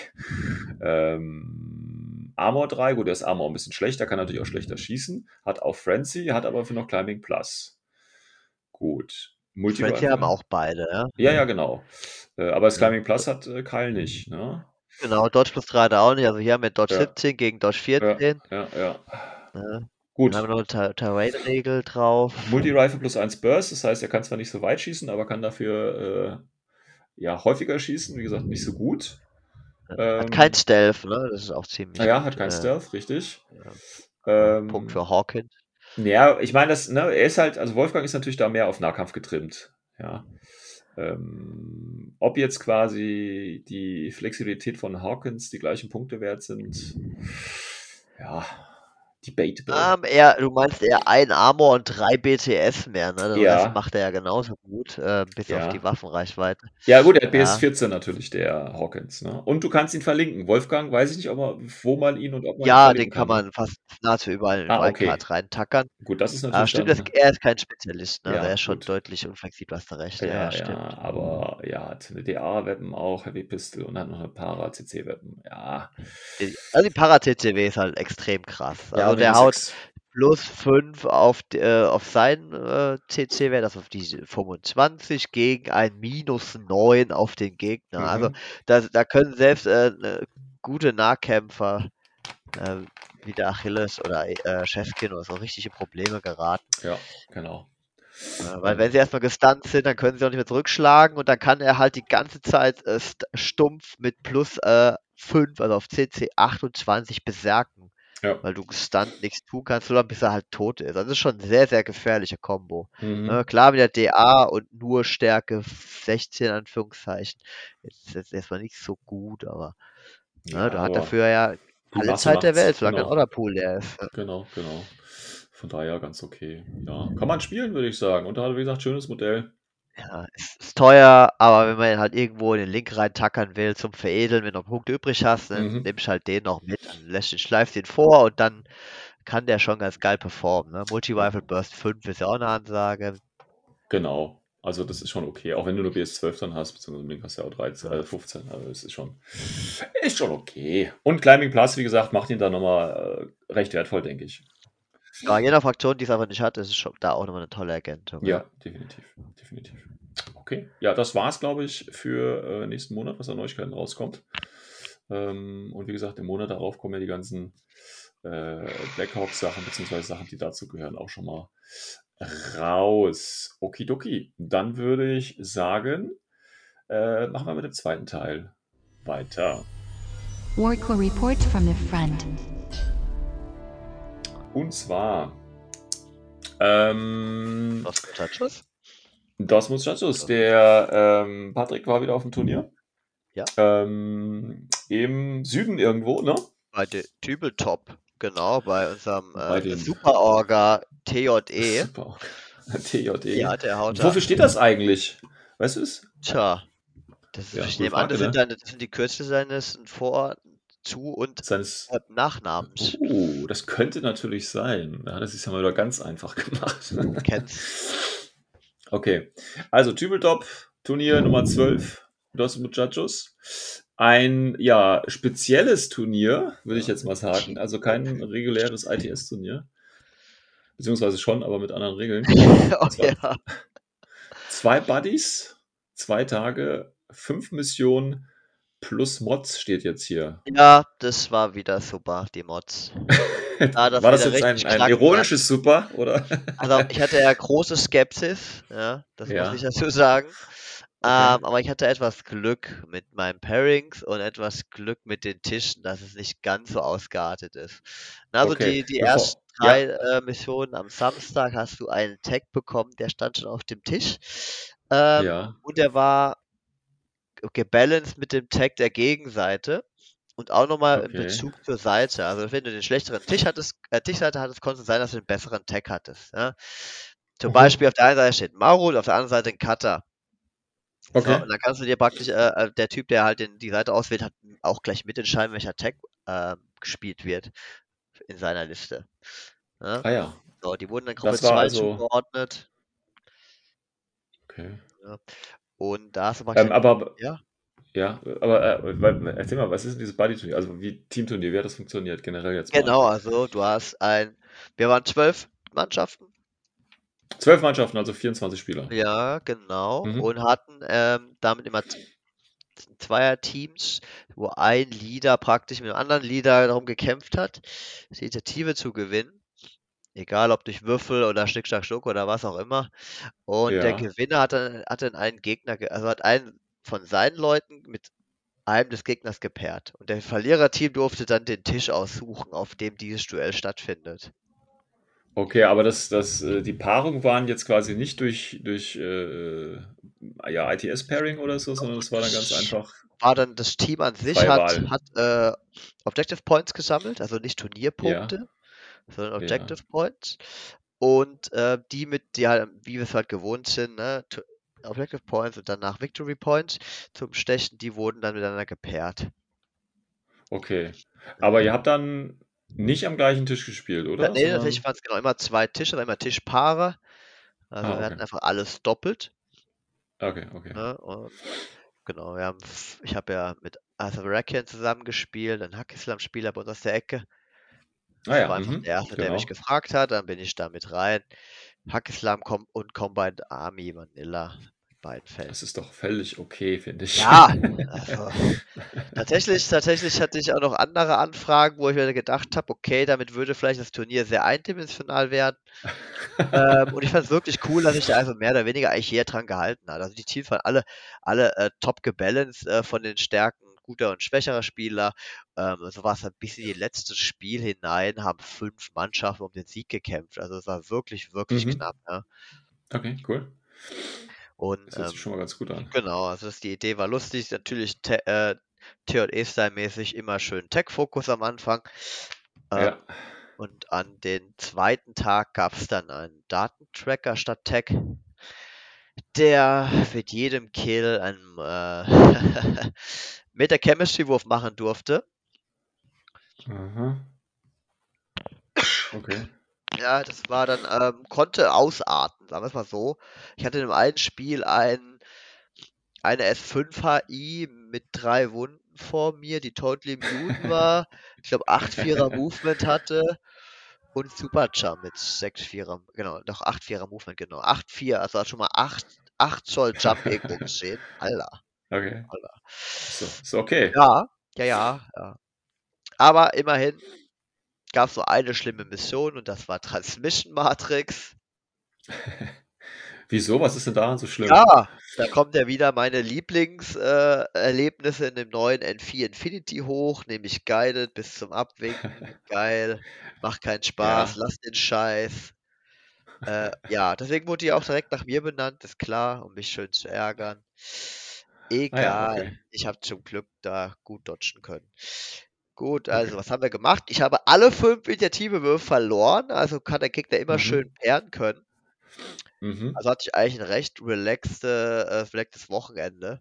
Armor 3. Gut, der ist Armor ein bisschen schlechter, kann natürlich auch schlechter schießen. Hat auch Frenzy, hat aber für noch Climbing Plus. Gut. Frenzy haben auch beide, ja? Ja, genau. Aber das Climbing Plus hat Kyle nicht, ne? Genau, Dodge plus 3 hat er auch nicht. Also hier haben wir Dodge 17 gegen Dodge 14. Ja. Ne? Dann haben Gut. wir noch eine Terrain-Regel drauf. Multi-Rifle plus 1 Burst, das heißt, er kann zwar nicht so weit schießen, aber kann dafür ja, häufiger schießen, wie gesagt, nicht so gut. Hat kein Ähm, Stealth, ne? Das ist auch ziemlich ja, hat gut. kein Stealth, richtig. Punkt Ähm, für Hawkins. ja, ich meine, er ist halt, also Wolfgang ist natürlich da mehr auf Nahkampf getrimmt. Ja. Ob jetzt quasi die Flexibilität von Hawkins die gleichen Punkte wert sind, ja, debatable. Du meinst eher ein Armor und 3 BTS mehr, ne? Den Rest Ja, macht er ja genauso gut, bis auf die ja. Waffenreichweite. Ja, gut, er hat Ja, BS14 natürlich, der Hawkins. Ne? Und du kannst ihn verlinken. Wolfgang, weiß ich nicht, wo man ihn und ob man ihn ja, den verlinken kann kann. man fast nahezu überall in Ah, okay. Wildcard reintackern. Gut, das ist natürlich Stimmt, dann. er ist kein Spezialist, ne? Also er Ja, ist schon gut. deutlich unflexibel, hast du recht. Ja, Ja, ja, stimmt. aber ja, hat eine DA-Weapon auch, Heavy Pistol und dann noch eine Para-CC-Weapon. Ja. Also die Para-TCW ist halt extrem krass. Ja, Also und eine der haut E6. plus 5 auf seinen CC-Wert, also auf die 25, gegen ein minus 9 auf den Gegner. Also Mhm. da können selbst gute Nahkämpfer wie der Achilles oder Chefkin oder so richtige Probleme geraten. Ja, genau. Weil wenn sie erstmal gestunt sind, dann können sie auch nicht mehr zurückschlagen und dann kann er halt die ganze Zeit stumpf mit plus 5, also auf CC 28 berserken. Ja. Weil du gestunt nichts tun kannst, solange bis er halt tot ist. Also das ist schon ein sehr, sehr gefährliche Kombo. Mhm. Klar mit der DA und nur Stärke 16 Anführungszeichen. Jetzt erstmal nicht so gut, aber Ja, du hast aber dafür ja die alle Masse Zeit der Welt, macht's. solange dein Genau. Orderpool leer ist. Genau, genau. Von daher ganz okay. Ja, kann man spielen, würde ich sagen. Und da hat, wie gesagt, schönes Modell. Ja, ist teuer, aber wenn man ihn halt irgendwo in den Link reintackern will zum Veredeln, wenn du noch Punkte übrig hast, dann Mhm. nimmst halt den noch mit, dann schleifst den vor und dann kann der schon ganz geil performen. Ne? Multi-Rifle Burst 5 ist ja auch eine Ansage. Genau. Also das ist schon okay. Auch wenn du nur BS12 dann hast, beziehungsweise im Link hast du ja auch 13, Ja. 15. Also es ist schon okay. Und Climbing Plus, wie gesagt, macht ihn da nochmal recht wertvoll, denke ich. Ja, je nach Fraktion, die es einfach nicht hat, ist es schon da auch nochmal eine tolle Ergänzung. Ja, definitiv. Definitiv. Okay. Ja, das war's, glaube ich, für nächsten Monat, was an Neuigkeiten rauskommt. Und wie gesagt, im Monat darauf kommen ja die ganzen Blackhawk-Sachen, beziehungsweise Sachen, die dazu gehören, auch schon mal raus. Okidoki. Dann würde ich sagen, machen wir mit dem zweiten Teil weiter. Warco reports from the front. Und zwar Was Touches? Dortmund Status. Der Patrick war wieder auf dem Turnier. Ja. Im Süden irgendwo, ne? Bei der Tübeltop, genau, bei unserem Bei den Super-Orga TJE. Super. TJE. Ja, der haut da. Wofür steht das eigentlich? Weißt du es? Tja, das ist, Ja, ich gute nehme an, Frage, das sind die Kürzel seines Vor-, Zu- und Seines. Nachnamens. Das könnte natürlich sein. Da hat er sich ja mal wieder ganz einfach gemacht. Du kennst. Okay. Also Tübeltop, Turnier Nummer 12, Dortmund Judges. Ein ja spezielles Turnier, würde ich jetzt mal sagen. Also kein reguläres ITS-Turnier. Beziehungsweise schon, aber mit anderen Regeln. Oh, Zwei, ja. 2 Buddies, 2 Tage, 5 Missionen plus Mods steht jetzt hier. Ja, das war wieder super, die Mods. Das War das wieder jetzt ein richtig knacken, ironisches Super, oder? Also ich hatte ja große Skepsis, ja, das muss Ja. ich dazu sagen. Okay. Aber ich hatte etwas Glück mit meinen Pairings und etwas Glück mit den Tischen, dass es nicht ganz so ausgeartet ist. Also Okay. die Bevor. ersten 3 Missionen am Samstag hast du einen Tag bekommen, der stand schon auf dem Tisch. Ja. Und der war gebalanced mit dem Tag der Gegenseite und auch nochmal in Okay. Bezug zur Seite. Also wenn du den schlechteren Tischseite hattest, konnte es sein, dass du einen besseren Tag hattest. Ja? Zum Beispiel auf der einen Seite steht Mauro und auf der anderen Seite ein Cutter. Okay. So, und dann kannst du dir praktisch, der Typ, der halt die Seite auswählt, hat auch gleich mitentscheiden, welcher Tag gespielt wird in seiner Liste. Ja? Ah ja. So, die wurden dann Gruppe Das war 2 also. zugeordnet. Okay. Ja. Und da hast du praktisch. Aber. Ja. Ja, aber erzähl mal, was ist denn dieses Buddy-Turnier? Also wie Teamturnier, wie hat das funktioniert generell jetzt mal? Genau, also wir waren 12 Mannschaften. 12 Mannschaften, also 24 Spieler. Ja, genau. Mhm. Und hatten damit immer Zweierteams, wo ein Leader praktisch mit einem anderen Leader darum gekämpft hat, die Initiative zu gewinnen. Egal ob durch Würfel oder Schnick, Schnack, Schnuck oder was auch immer. Und der Ja. Gewinner hat dann einen Gegner, also hat einen von seinen Leuten mit einem des Gegners gepaart. Und der Verliererteam durfte dann den Tisch aussuchen, auf dem dieses Duell stattfindet. Okay, aber die Paarungen waren jetzt quasi nicht durch ja, ITS-Pairing oder so, sondern es war dann ganz einfach War dann das Team an sich freie hat, Wahl. hat Objective Points gesammelt, also nicht Ja, Turnierpunkte, sondern ja. Objective Points. Und die halt, wie wir es halt gewohnt sind, ne, Objective Points und danach Victory Points zum Stechen, die wurden dann miteinander gepaart. Okay. Aber ihr habt dann nicht am gleichen Tisch gespielt, oder? Nee, tatsächlich Sondern. waren es genau immer 2 Tische, immer Tischpaare. Also Ah, wir okay. hatten einfach alles doppelt, Okay, okay. ne? Und genau, ich habe ja mit Arthur Rakian zusammengespielt, ein Hack-Islam-Spieler bei uns aus der Ecke. Ah Das ja, war einfach der erste, der mich genau. gefragt hat, dann bin ich da mit rein. Hack-Islam und Combined Army Vanilla, in beiden Fällen. Das ist doch völlig okay, finde ich. Ja, also tatsächlich hatte ich auch noch andere Anfragen, wo ich mir gedacht habe, okay, damit würde vielleicht das Turnier sehr eindimensional werden. Und ich fand es wirklich cool, dass sich da also mehr oder weniger eigentlich jeder dran gehalten hat. Also die Teams waren alle top gebalanced von den Stärken guter und schwächerer Spieler. So war es ein bisschen in letztes Spiel hinein, haben 5 Mannschaften um den Sieg gekämpft. Also es war wirklich, wirklich Mhm. knapp. Ne? Okay, cool. Und Das hört sich schon mal ganz gut an. genau, also die Idee war lustig. Natürlich T&E-Style-mäßig immer schön Tech-Fokus am Anfang. Ja. Und an den zweiten Tag gab es dann einen Datentracker statt Tech, der mit jedem Kill einen Meta-Chemistry-Wurf machen durfte. Aha. Okay. Ja, das war dann, konnte ausarten, sagen wir es mal so. Ich hatte in dem einen Spiel eine S5 HI mit 3 Wunden vor mir, die totally immune war. Ich glaube 8-4er Movement hatte und Superjump mit 6-4er, genau, doch 8-4er Movement, genau. 8-4, also hat schon mal 8 Zoll Jump irgendwo gesehen. Alter, Okay. Alter. Ist okay. Ja, ja. Aber immerhin gab es nur eine schlimme Mission und das war Transmission Matrix. Wieso? Was ist denn daran so schlimm? Ja, da kommen ja wieder meine Erlebnisse in dem neuen N4 Infinity hoch, nämlich Guided bis zum Abwinken. Geil, macht keinen Spaß, Ja. lass den Scheiß. Ja, deswegen wurde die auch direkt nach mir benannt, ist klar, um mich schön zu ärgern. Ah ja, Egal, okay. ich habe zum Glück da gut dodgen können. Gut, Okay. also was haben wir gemacht? Ich habe alle 5 Initiativewürfe verloren, also kann der Gegner immer schön Mhm. pairen können. Mhm. Also hatte ich eigentlich ein recht relaxtes Wochenende.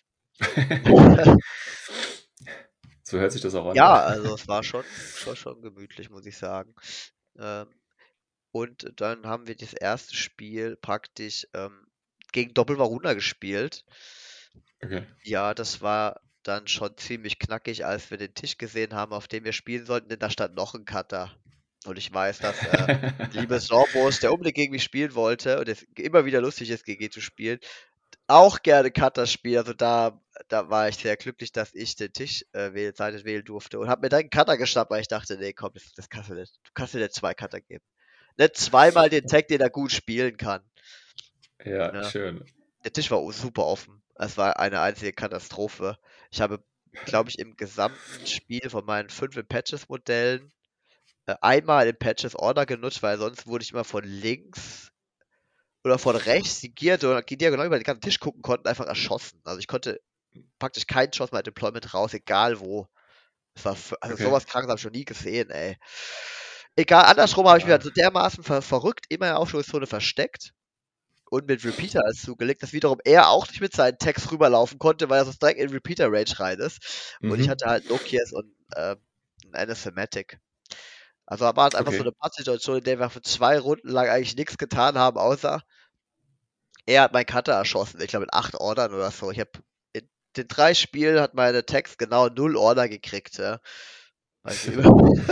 So hört sich das auch an, ja. Ja, also es war schon gemütlich, muss ich sagen. Ähm, und dann haben wir das erste Spiel praktisch gegen Doppelvaruna gespielt. Okay. Ja, das war dann schon ziemlich knackig, als wir den Tisch gesehen haben, auf dem wir spielen sollten, denn da stand noch ein Cutter. Und ich weiß, dass liebe Sorbos, der unbedingt gegen mich spielen wollte und es immer wieder lustig ist, GG zu spielen, auch gerne Cutter spielt. Also da war ich sehr glücklich, dass ich den Tisch Seite wählen durfte und habe mir dann einen Cutter geschnappt, weil ich dachte, nee, komm, das kannst du nicht. Du kannst dir nicht 2 Cutter geben. Nicht zweimal den Tag, den er gut spielen kann. Ja, Ja. schön. Der Tisch war super offen. Es war eine einzige Katastrophe. Ich habe, glaube ich, im gesamten Spiel von meinen 5 Patches-Modellen einmal in Patches Order genutzt, weil sonst wurde ich immer von links oder von rechts, die diagonal über den ganzen Tisch gucken konnten, einfach erschossen. Also ich konnte praktisch keinen Schuss mehr Deployment raus, egal wo. Also Okay. sowas Krankes habe ich schon nie gesehen, ey. Egal, andersrum habe ich mich Ja. halt so dermaßen verrückt immer in der Aufschlusszone versteckt und mit Repeater als zugelegt, dass wiederum er auch nicht mit seinen Tags rüberlaufen konnte, weil er so direkt in Repeater-Range rein ist. Und ich Mhm. hatte halt Nokias und ein Anathematic. Also war es einfach so Okay. eine Pattsituation, in der wir für 2 Runden lang eigentlich nichts getan haben, außer er hat meinen Cutter erschossen. Ich glaube in 8 Ordern oder so. Ich habe in den 3 Spielen hat meine Tags genau 0 Order gekriegt, ja. Weiß nicht,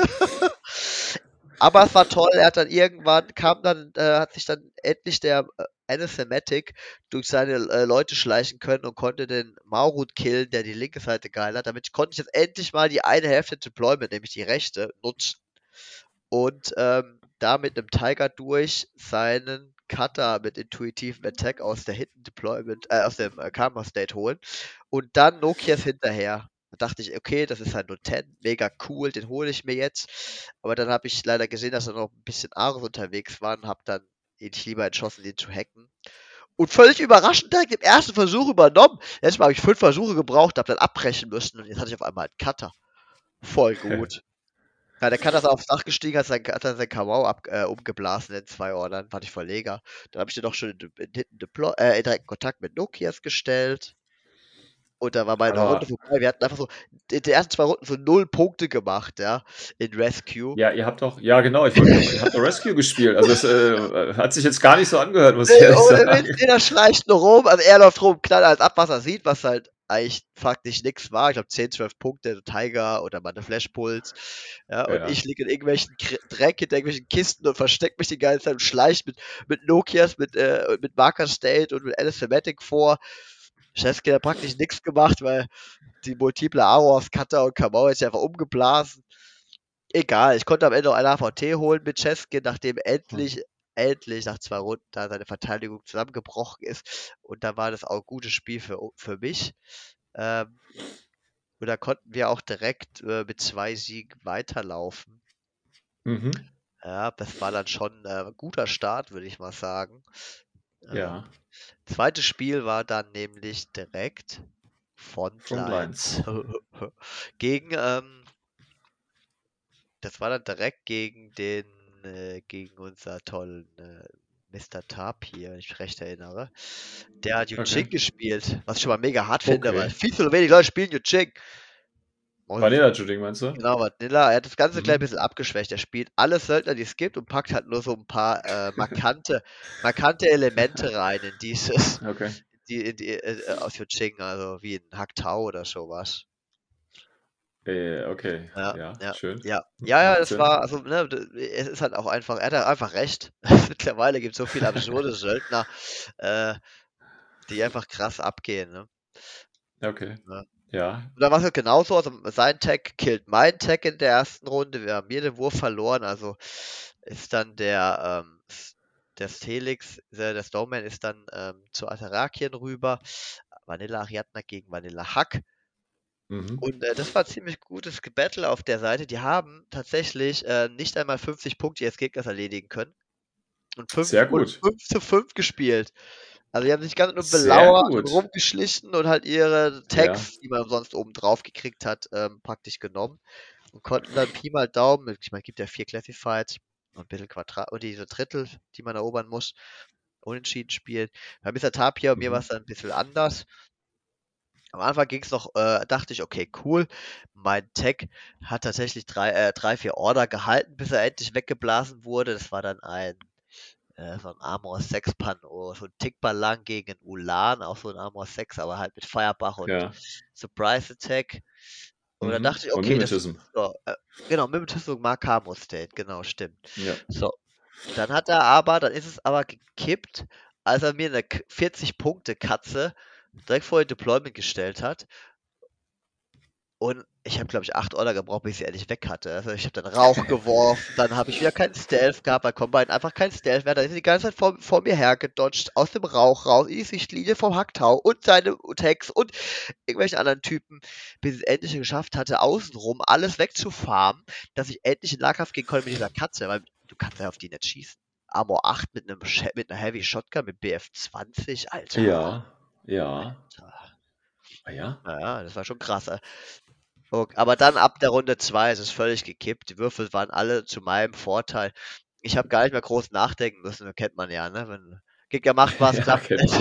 aber es war toll, er hat dann irgendwann hat sich dann endlich der Anathematic durch seine Leute schleichen können und konnte den Maurut killen, der die linke Seite geil hat. Damit konnte ich jetzt endlich mal die eine Hälfte Deployment, nämlich die rechte, nutzen. Und da mit einem Tiger durch, seinen Cutter mit intuitivem Attack aus der Hidden Deployment, aus dem Karma State holen und dann Nokias hinterher. Da dachte ich, okay, das ist halt nur 10, mega cool, den hole ich mir jetzt. Aber dann habe ich leider gesehen, dass er noch ein bisschen Ares unterwegs war und habe dann ihn lieber entschlossen, den zu hacken. Und völlig überraschend direkt im ersten Versuch übernommen. Letztes Mal habe ich 5 Versuche gebraucht, habe dann abbrechen müssen und jetzt hatte ich auf einmal einen Cutter. Voll gut. Ja, der Cutter ist aufs Dach gestiegen, hat dann sein Kamau umgeblasen in 2 Ordern, fand ich voll leger. Dann habe ich den doch schon in direkten Kontakt mit Nokias gestellt. Und da war meine Runde Aber vorbei. Wir hatten einfach so die ersten 2 Runden so 0 Punkte gemacht, ja, in Rescue. ja, ihr habt doch, ja genau, ihr habt doch Rescue gespielt. Also es hat sich jetzt gar nicht so angehört, muss ich Nee, ehrlich ohne Witz, sagen. jeder schleicht nur rum. Also er läuft rum, knallt alles ab, was er sieht, was halt eigentlich faktisch nix war. Ich glaube 10, 12 Punkte, so Tiger oder mal eine Flashpuls. Ja, und Ja. ich liege in irgendwelchen Dreck, hinter irgendwelchen Kisten und verstecke mich die ganze Zeit und schleicht mit Nokias, mit Marker State und mit Anathematic vor. Chesky hat praktisch nichts gemacht, weil die multiple Aros, Cutter und Kamau jetzt einfach umgeblasen. Egal, ich konnte am Ende noch eine AVT holen mit Chesky, nachdem endlich nach 2 Runden da seine Verteidigung zusammengebrochen ist. Und da war das auch ein gutes Spiel für mich. Ähm, und da konnten wir auch direkt mit 2 Siegen weiterlaufen. Mhm. Ja, das war dann schon ein guter Start, würde ich mal sagen. Ja. Zweites Spiel war dann nämlich direkt Frontlines Frontlines. gegen, das war dann direkt gegen unser tollen Mr. Tapir, wenn ich mich recht erinnere. Der hat Okay. Yuching gespielt, was ich schon mal mega hart finde, weil Okay. viel zu wenig Leute spielen Yuching. Vanilla Shooting, meinst du? Genau, Vanilla, er hat das Ganze ein klein Mhm. bisschen abgeschwächt. Er spielt alle Söldner, die es gibt und packt halt nur so ein paar markante Elemente rein in dieses, Okay. aus Yuching, also wie ein Haktau oder sowas. Okay. Ja, Ja, ja, schön. ja. Ja, ja, Macht das Sinn. war, also, ne, es ist halt auch einfach, er hat halt einfach recht. Mittlerweile gibt es so viele absurde Söldner, äh, die einfach krass abgehen, ne? Okay. Ja. Ja. Und da war es halt genauso, also sein Tag killt mein Tag in der ersten Runde. Wir haben hier den Wurf verloren, also ist dann der Stelix, der Snowman ist dann zu Atarakien rüber. Vanilla Ariadna gegen Vanilla Hack. Mhm. Und das war ziemlich gutes Battle auf der Seite. Die haben tatsächlich nicht einmal 50 Punkte ihres Gegners erledigen können und Sehr 5 gut. zu 5 gespielt. Also die haben sich ganz nur Sehr belauert und gut. rumgeschlichen und halt ihre Ja. Tags, die man sonst oben drauf gekriegt hat, praktisch genommen und konnten dann Pi mal Daumen, ich meine, es gibt ja 4 Classifieds und ein bisschen Quadrat und diese Drittel, die man erobern muss, unentschieden spielen. Bei Mr. Tapir und mir war Mhm. es dann ein bisschen anders. Am Anfang ging es noch, dachte ich, okay, cool. Mein Tech hat tatsächlich 3, 4 Order gehalten, bis er endlich weggeblasen wurde. Das war dann so ein Armor 6 Pan, so ein Tickbar lang gegen Ulan, auch so ein Armor 6, aber halt mit Firebach und Ja. Surprise Attack. Und dann Mhm. dachte ich, Und okay, das Mimetism. so, genau, Mimetism Markamo State, genau, stimmt. Ja. So, dann ist es aber gekippt, als er mir eine 40-Punkte-Katze direkt vor den Deployment gestellt hat. Und ich habe, glaube ich, 8 Order gebraucht, bis ich sie endlich weg hatte. Also ich habe dann Rauch geworfen, dann habe ich wieder keinen Stealth gehabt, bei Combine einfach kein Stealth mehr. Dann ist sie die ganze Zeit vor mir hergedodged, aus dem Rauch raus, in die Sichtlinie vom Hacktau und seine Tags und irgendwelchen anderen Typen, bis ich es endlich geschafft hatte, außenrum alles wegzufarmen, dass ich endlich in Nahkampf gehen konnte mit dieser Katze, weil du kannst ja auf die nicht schießen. Armor 8 mit einer Heavy Shotgun mit BF 20, Alter. Ja. Ja. Alter. Ah ja. Naja, das war schon krass. Ok, aber dann ab der Runde 2 ist es völlig gekippt. Die Würfel waren alle zu meinem Vorteil. Ich habe gar nicht mehr groß nachdenken müssen, das kennt man ja, ne? Wenn Gegner macht was, Ja, klappt kennt nicht. man.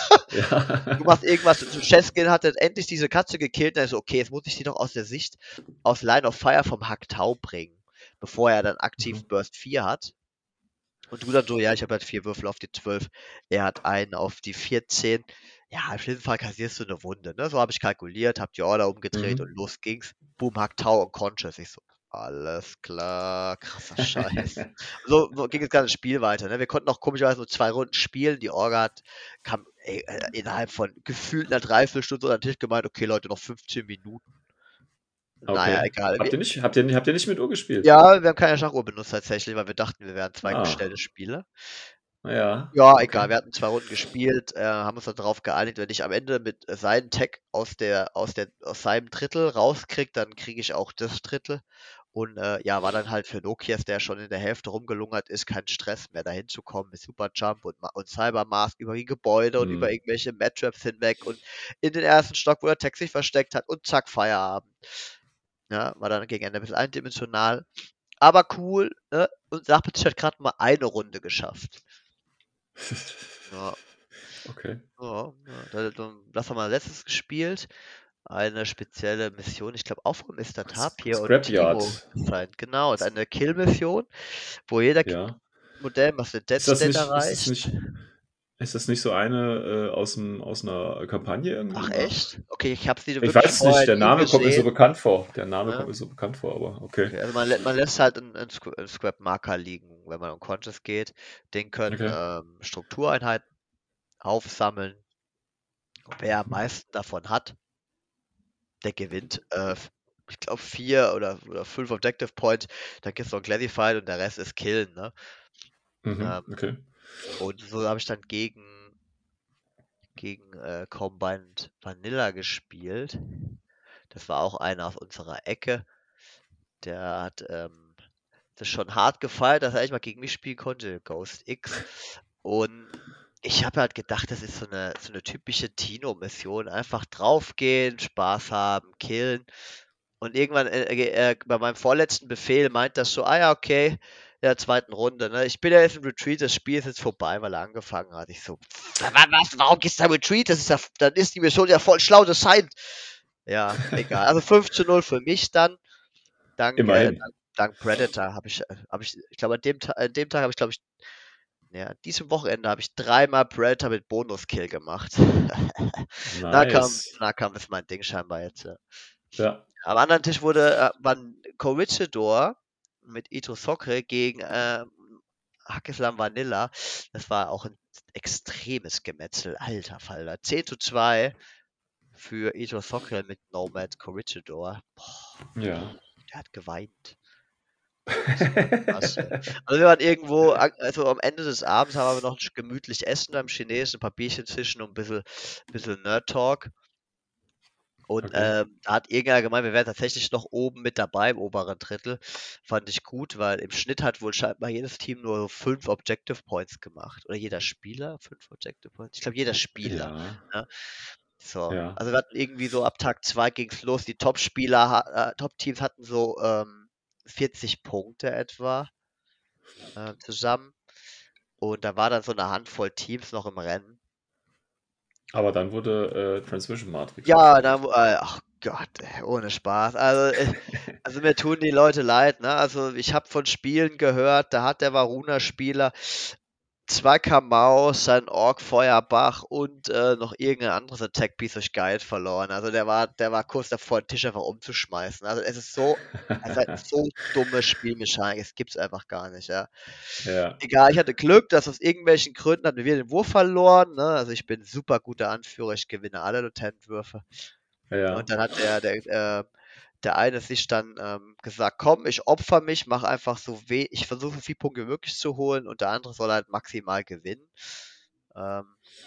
Du Ja. machst irgendwas. Cheskin hatte endlich diese Katze gekillt, dann ist so, okay, jetzt muss ich die noch aus der Sicht, aus Line of Fire vom Hacktau bringen, bevor er dann aktiv Mhm. Burst 4 hat. Und du dann so, ja, ich habe halt 4 Würfel auf die 12, er hat einen auf die 14. Ja, im schlimmsten Fall kassierst du eine Wunde, ne? So habe ich kalkuliert, habe die Order umgedreht und Mhm. los ging's. Boom, Hacktau und Conscious. Ich so, alles klar, krasser Scheiß. So ging das ganze Spiel weiter, ne? Wir konnten auch komischerweise nur 2 Runden spielen. Die Orga kam innerhalb von gefühlt einer Dreiviertelstunde unter den Tisch gemeint, okay Leute, noch 15 Minuten. Naja, Okay. egal. Habt ihr nicht mit Uhr gespielt? Ja, wir haben keine Schachuhr benutzt tatsächlich, weil wir dachten, wir wären zwei gestellte Ah, Spiele. ja, Ja, okay. egal, wir hatten 2 Runden gespielt, haben uns dann darauf geeinigt, wenn ich am Ende mit seinem Tag aus seinem Drittel rauskriege, dann kriege ich auch das Drittel. Und ja, war dann halt für Nokias, der schon in der Hälfte rumgelungert ist, kein Stress mehr dahin zu kommen mit Superjump und Cybermask über die Gebäude und über Hm. irgendwelche Mad-Traps hinweg und in den ersten Stock, wo der Tag sich versteckt hat und zack, Feierabend. Ja, war dann gegen Ende ein bisschen eindimensional, aber cool, ne? Und Sachbezug hat gerade mal eine Runde geschafft. Ja. Okay. Ja, ja, das haben wir letztes gespielt. Eine spezielle Mission, ich glaube auch von Mr. Tapir und Timo Scrapyard. sein. Genau, ist eine Kill-Mission, wo jeder Ja. Modell was den Dead Ist das State nicht, erreicht. ist das nicht so eine aus einer Kampagne irgendwie Ach mal? echt? Okay, ich habe sie Ich wirklich weiß es nicht, vorher der nie Name kommt mir so gesehen. bekannt vor. Der Name kommt Ne? mir so bekannt vor, aber okay. Okay, also man lässt halt einen Scrap-Marker liegen, wenn man unconscious geht. Den können Okay. Struktureinheiten aufsammeln. Wer am meisten davon hat, der gewinnt. Ich glaube 4 oder 5 Objective Points, dann gibt es noch Classified und der Rest ist Killen, ne? Mhm, Ähm, okay. und so habe ich dann gegen Combined Vanilla gespielt. Das war auch einer aus unserer Ecke. Der hat das schon hart gefeiert, dass er eigentlich mal gegen mich spielen konnte, Ghost X. Und ich habe halt gedacht, das ist so eine typische Tino-Mission. Einfach draufgehen, Spaß haben, killen. Und irgendwann bei meinem vorletzten Befehl meint das so, ah ja, okay, in der zweiten Runde, ne? Ich bin ja jetzt im Retreat, das Spiel ist jetzt vorbei, weil er angefangen hat. Ich so, was, warum gehst du da Retreat? Dann ist die Mission ja voll schlau, das sein. Ja, egal. Also 5:0 für mich dann. Dank, Immerhin. dank Predator ich glaube, an dem Tag habe ich, glaube ich, ja, an diesem Wochenende habe ich 3-mal Predator mit Bonuskill gemacht. Nice. Nahkampf ist mein Ding scheinbar jetzt. Ja. Ja. Am anderen Tisch waren Corregidor mit Ito Sokre gegen Hackeslam Vanilla. Das war auch ein extremes Gemetzel. Alter Falter. 10:2 für Ito Sokre mit Nomad Corregidor. Boah, Ja. der hat geweint. Das war krass, ey. Also wir waren irgendwo, also am Ende des Abends haben wir noch gemütlich essen beim Chinesen, ein paar Bierchen zwischen und ein bisschen Nerd-Talk. Und Okay. da hat irgendeiner gemeint, wir wären tatsächlich noch oben mit dabei im oberen Drittel. Fand ich gut, weil im Schnitt hat wohl scheinbar jedes Team nur 5 Objective Points gemacht. Oder jeder Spieler 5 Objective Points. Ich glaube, jeder Spieler. Ja. Ne? So. Ja. Also wir hatten irgendwie so ab Tag 2 ging's los. Die Top-Spieler, Top-Teams hatten so 40 Punkte etwa zusammen. Und da war dann so eine Handvoll Teams noch im Rennen. Aber dann wurde Transmission Matrix Ja, gespielt. ach Gott, ey, ohne Spaß. Also mir tun die Leute leid, ne? Also ich habe von Spielen gehört, da hat der Varuna-Spieler 2 Kamaus, sein Ork Feuerbach und noch irgendein anderes Attack-Piece durch Guide verloren. Also der war kurz davor, den Tisch einfach umzuschmeißen. Also es hat so dumme Spielmechanik, es gibt's einfach gar nicht, ja. Ja. Egal, ich hatte Glück, dass aus irgendwelchen Gründen hatten wir den Wurf verloren, ne? Also ich bin super guter Anführer, ich gewinne alle Lieutenant-Würfe. Ja. Und dann hat der eine sich dann gesagt, komm, ich opfer mich, mach einfach ich versuche so viele Punkte wie möglich zu holen und der andere soll halt maximal gewinnen. Ähm,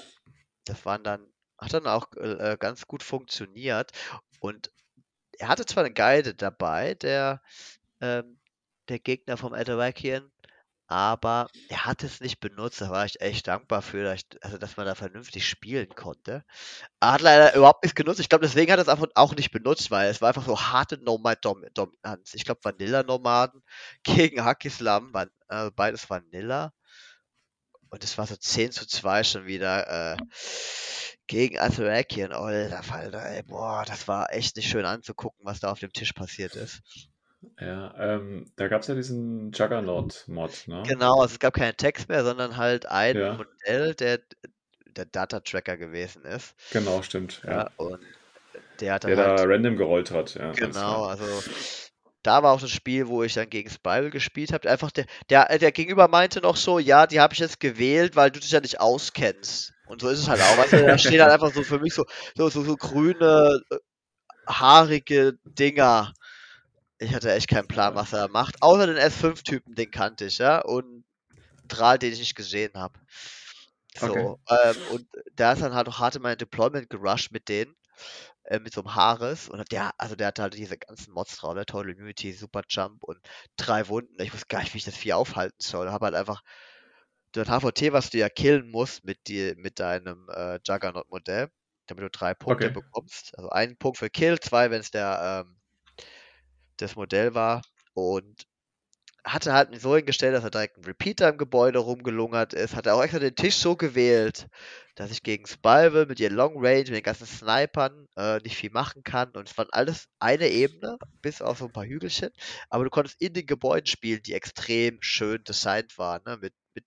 hat dann auch ganz gut funktioniert. Und er hatte zwar eine Guide dabei, der Gegner vom Atarakian, aber er hat es nicht benutzt. Da war ich echt dankbar für, dass man da vernünftig spielen konnte. Er hat leider überhaupt nichts genutzt. Ich glaube, deswegen hat er es einfach auch nicht benutzt, weil es war einfach so harte Nomad-Dominanz. Ich glaube, Vanilla-Nomaden gegen Hakislam, beides Vanilla. Und es war so 10:2 schon wieder gegen Atherakian. Alter Falter, ey, boah, das war echt nicht schön anzugucken, was da auf dem Tisch passiert ist. Ja, da gab es ja diesen Juggernaut-Mod, ne? Genau, also es gab keinen Text mehr, sondern halt ein Ja, Modell, der Data-Tracker gewesen ist. genau, stimmt. Ja, Ja. und der hat dann Der da halt, random gerollt hat, ja, alles genau, klar. also da war auch das Spiel, wo ich dann gegen Spiral gespielt habe. Einfach der Gegenüber meinte noch so, ja, die habe ich jetzt gewählt, weil du dich ja nicht auskennst. Und so ist es halt auch. Weißt du, da stehen halt einfach so für mich so grüne, haarige Dinger. Ich hatte echt keinen Plan, was er macht. Außer den S5-Typen, den kannte ich, ja. Und Tral, den ich nicht gesehen habe. Okay. So, und der ist dann halt auch hart in mein Deployment gerusht mit denen, mit so einem Haares. Und also der hatte halt diese ganzen Mods drauf, ne? Total Immunity, Super Jump und 3 Wunden. Ich wusste gar nicht, wie ich das Vieh aufhalten soll. Hab halt einfach das HVT, was du ja killen musst mit deinem Juggernaut-Modell, damit du 3 Punkte Okay. bekommst. Also 1 Punkt für Kill, 2, wenn es das Modell war. Und hatte halt so hingestellt, dass er direkt ein Repeater im Gebäude rumgelungert ist. Hat er auch extra den Tisch so gewählt, dass ich gegen Spyvel mit ihren Long Range, mit den ganzen Snipern nicht viel machen kann. Und es waren alles eine Ebene, bis auf so ein paar Hügelchen. Aber du konntest in den Gebäuden spielen, die extrem schön designt waren. Ne?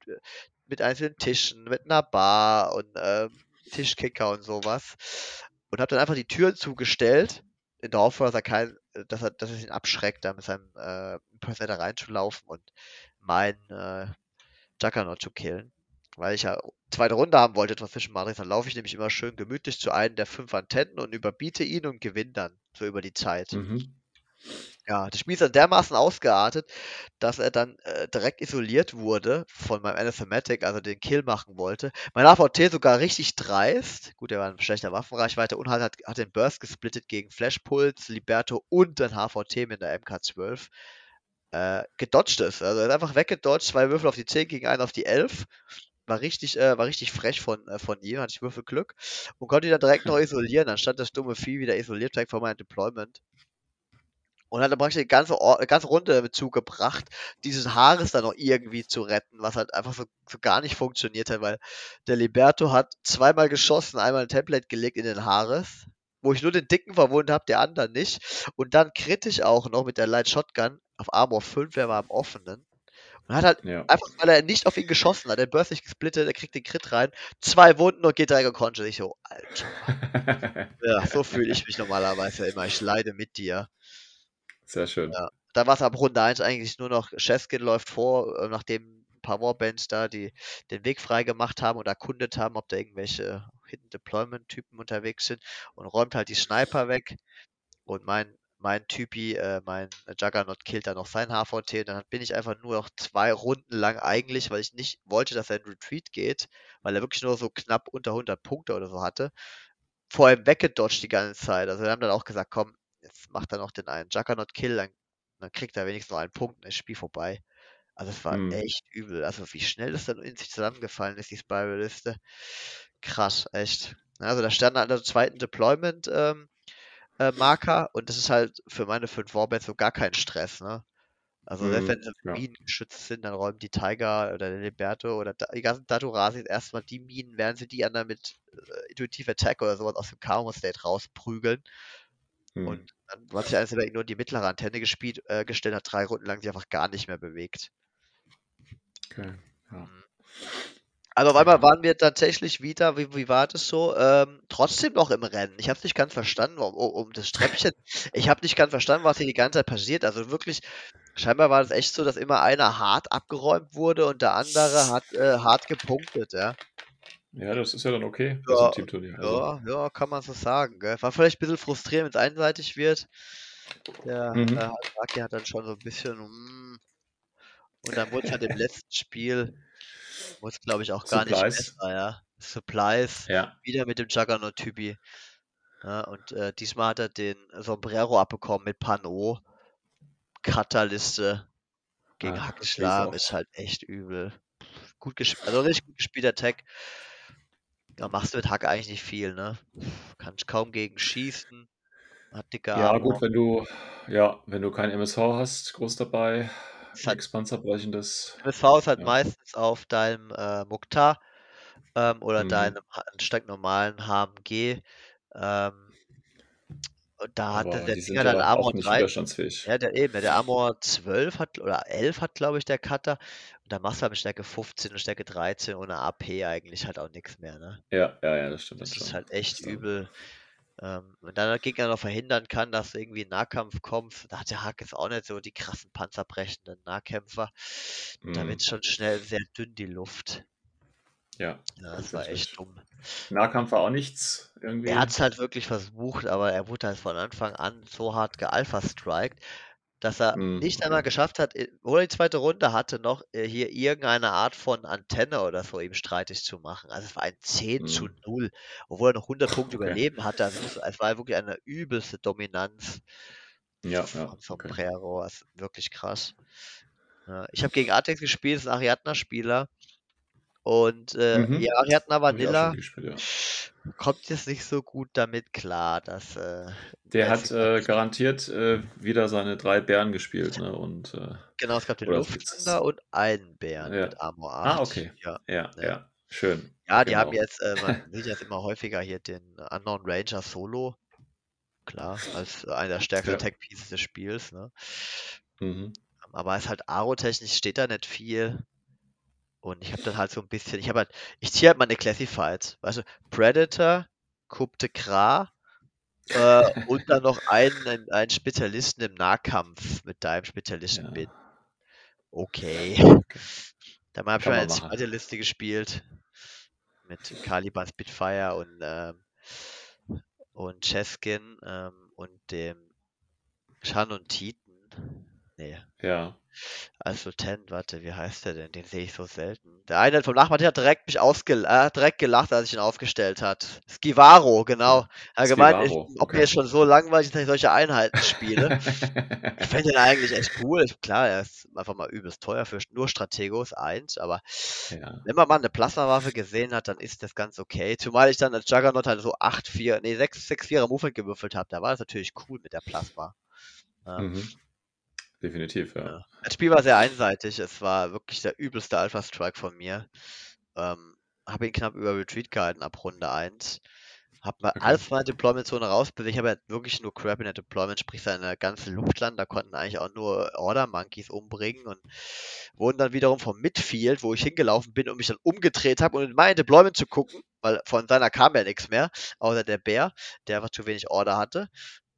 Mit einzelnen Tischen, mit einer Bar und Tischkicker und sowas. Und habe dann einfach die Türen zugestellt, in der Hoffnung, dass es ihn abschreckt, da mit seinem Impersonator reinzulaufen und meinen Juggernaut zu killen. Weil ich ja zweite Runde haben wollte, etwas zwischen Matrix, dann laufe ich nämlich immer schön gemütlich zu einem der 5 Antennen und überbiete ihn und gewinne dann, so über die Zeit. Mhm. Ja, das Spiel ist dann dermaßen ausgeartet, dass er dann direkt isoliert wurde von meinem Anathematic, also den Kill machen wollte. Mein AVT sogar richtig dreist. Gut, er war in schlechter Waffenreichweite und hat den Burst gesplittet gegen Flashpulse, Liberto und den HVT mit der MK12. Gedodged ist. Also er ist einfach weggedodged, 2 Würfel auf die 10 gegen einen auf die 11. War richtig frech von ihm, hatte ich Würfelglück. Und konnte ihn dann direkt noch isolieren. Dann stand das dumme Vieh wieder isoliert direkt vor meinem Deployment. Und hat dann praktisch die ganze Runde damit zugebracht, dieses Haares dann noch irgendwie zu retten, was halt einfach so gar nicht funktioniert hat, weil der Liberto hat 2-mal geschossen, einmal ein Template gelegt in den Haares, wo ich nur den Dicken verwundet habe, der anderen nicht. Und dann kritisch auch noch mit der Light Shotgun auf Armor 5, der war am offenen. Und hat halt Ja. einfach, weil er nicht auf ihn geschossen hat, der Burst nicht gesplittet, er kriegt den Crit rein, 2 Wunden und geht direkt geconjured. Ich so, Alter. Ja, so fühle ich mich normalerweise immer. Ich leide mit dir. Sehr schön. Ja. Da war es ab Runde 1 eigentlich nur noch, Cheskin läuft vor, nachdem ein paar Warbands da den Weg frei gemacht haben und erkundet haben, ob da irgendwelche Hidden Deployment-Typen unterwegs sind und räumt halt die Sniper weg. Und mein Typi, mein Juggernaut killt dann noch sein HVT. Und dann bin ich einfach nur noch 2 Runden lang eigentlich, weil ich nicht wollte, dass er in Retreat geht, weil er wirklich nur so knapp unter 100 Punkte oder so hatte, vor ihm weggedodged die ganze Zeit. Also wir haben dann auch gesagt, komm, jetzt macht er noch den einen Juggernaut-Kill, dann kriegt er wenigstens noch einen Punkt und ist das Spiel vorbei. Also es war Mhm. echt übel. Also wie schnell das dann in sich zusammengefallen ist, die Spiral-Liste. Krass, echt. Also da stand an der zweiten Deployment Marker und das ist halt für meine 5 Warbands so gar kein Stress, ne? Also selbst wenn sie Ja. Minen geschützt sind, dann räumen die Tiger oder der Liberto oder die ganzen Daturasis erstmal die Minen, während sie die anderen mit Intuitive Attack oder sowas aus dem Karma-State rausprügeln. Mhm. Und dann hat sich eines nur die mittlere Antenne gestellt, hat 3 Runden lang sich einfach gar nicht mehr bewegt. Okay. Ja. Mhm. Aber auf einmal Ja. waren wir tatsächlich wieder, wie war das so, trotzdem noch im Rennen. Ich habe nicht ganz verstanden, um das Treppchen. Ich habe nicht ganz verstanden, was hier die ganze Zeit passiert. Also wirklich, scheinbar war es echt so, dass immer einer hart abgeräumt wurde und der andere hat hart gepunktet, ja. Ja, das ist ja dann okay bei so einem Ja, Teamturnier. Also. ja, kann man so sagen, gell. War vielleicht ein bisschen frustrierend, wenn es einseitig wird. Der Mhm. Hatsaki hat dann schon so ein bisschen, und dann wurde es halt im letzten Spiel, wurde es glaube ich auch gar nicht Supplies. besser, ja. Supplies, Ja. wieder mit dem Juggernaut-Typi. Ja, und diesmal hat er den Sombrero abbekommen mit Pano. Cutterliste gegen Ah, Hackeschlam ist Resource. halt echt übel. Also richtig gut gespielter Tag. Da machst du mit Hack eigentlich nicht viel, ne? Kannst kaum gegen schießen. Hat dicke Ja, gut, Armor. wenn du kein MSV hast, groß dabei, Ist halt, nichts Panzerbrechendes. MSV ist halt Ja. meistens auf deinem Mukhtar oder Mhm. deinem stinknormalen HMG. Ähm, und da hatte Aber der die sind Dinger dann ja Armor auch nicht 3. widerstandsfähig. Ja, der Armor 12 hat oder 11 hat, glaube ich, der Cutter. Und da machst du halt mit Stärke 15 und Stärke 13 ohne AP eigentlich halt auch nichts mehr, ne? Ja, das stimmt dann Das ist schon. halt echt Ist dann, übel. Wenn dann der Gegner noch verhindern kann, dass du irgendwie in Nahkampf kommst, da hat der Hack jetzt auch nicht so die krassen panzerbrechenden Nahkämpfer. Da wird mhm. schon schnell sehr dünn die Luft. Ja, Ja, das war echt tatsächlich. dumm. Nahkampf war auch nichts Er irgendwie. hat es halt wirklich versucht, aber er wurde halt von Anfang an so hart gealpha-striked. dass er nicht einmal Okay. geschafft hat, obwohl er die zweite Runde hatte, noch hier irgendeine Art von Antenne oder so ihm streitig zu machen. Also es war ein 10:0, obwohl er noch 100 Punkte Okay. Überleben hatte. Also es war wirklich eine übelste Dominanz Ja, von okay. Sombrero. Also wirklich krass. Ja, ich habe gegen Artex gespielt, das ist ein Ariadna-Spieler. Und ja, Ariadna Habe ich auch schon Vanilla gespielt, ja. kommt jetzt nicht so gut damit klar, dass Der hat Basic eigentlich. garantiert wieder seine 3 Bären gespielt, ne? Genau, es gab den Oder gibt's Luftthunder das? und einen Bären Ja. mit Armor Ah, 8. okay. Ja, Ja, ja. ja. Schön. Ja, die haben Genau. jetzt, man sieht jetzt immer häufiger hier den Unknown Ranger Solo, klar, als einer der stärksten Ja. Attack-Pieces des Spiels, ne? Mhm. Aber es ist halt Aro-technisch steht da nicht viel. Und ich habe dann halt so ein bisschen, ich ziehe halt meine Classifieds. Weißt du, Predator, Coup de Gras, und dann noch einen Spezialisten im Nahkampf mit deinem Spezialisten bin. Ja. Okay. Okay. Dann habe ich Kann mal man eine machen. zweite Liste gespielt mit Caliban Spitfire und Cheskin und dem Shan und Titan. Nee, Ja. als Lieutenant, warte, wie heißt der denn? Den sehe ich so selten. Der eine vom Nachbarn, der hat direkt direkt gelacht, als ich ihn aufgestellt hat. Skivaro, genau. Okay. Er hat gemeint, Skivaro, ob mir okay. jetzt schon so langweilig ist, dass ich solche Einheiten spiele. Ich finde den eigentlich echt cool. Klar, er ist einfach mal übelst teuer für nur Strategos 1, aber Ja. wenn man mal eine Plasmawaffe gesehen hat, dann ist das ganz okay. Zumal ich dann als Juggernaut halt so 6-4er Movement gewürfelt habe. Da war das natürlich cool mit der Plasma. Ja. Mhm. Definitiv, ja. Ja. Das Spiel war sehr einseitig. Es war wirklich der übelste Alpha-Strike von mir. Habe ihn knapp über Retreat gehalten ab Runde 1. Habe mal Okay. alles von der Deployment-Zone rausbewegt. Ich habe ja wirklich nur Crap in der Deployment, sprich seine ganze Luftland. Da konnten eigentlich auch nur Order-Monkeys umbringen und wurden dann wiederum vom Midfield, wo ich hingelaufen bin und mich dann umgedreht habe, um in meine Deployment zu gucken, weil von seiner kam ja nichts mehr, außer der Bär, der einfach zu wenig Order hatte.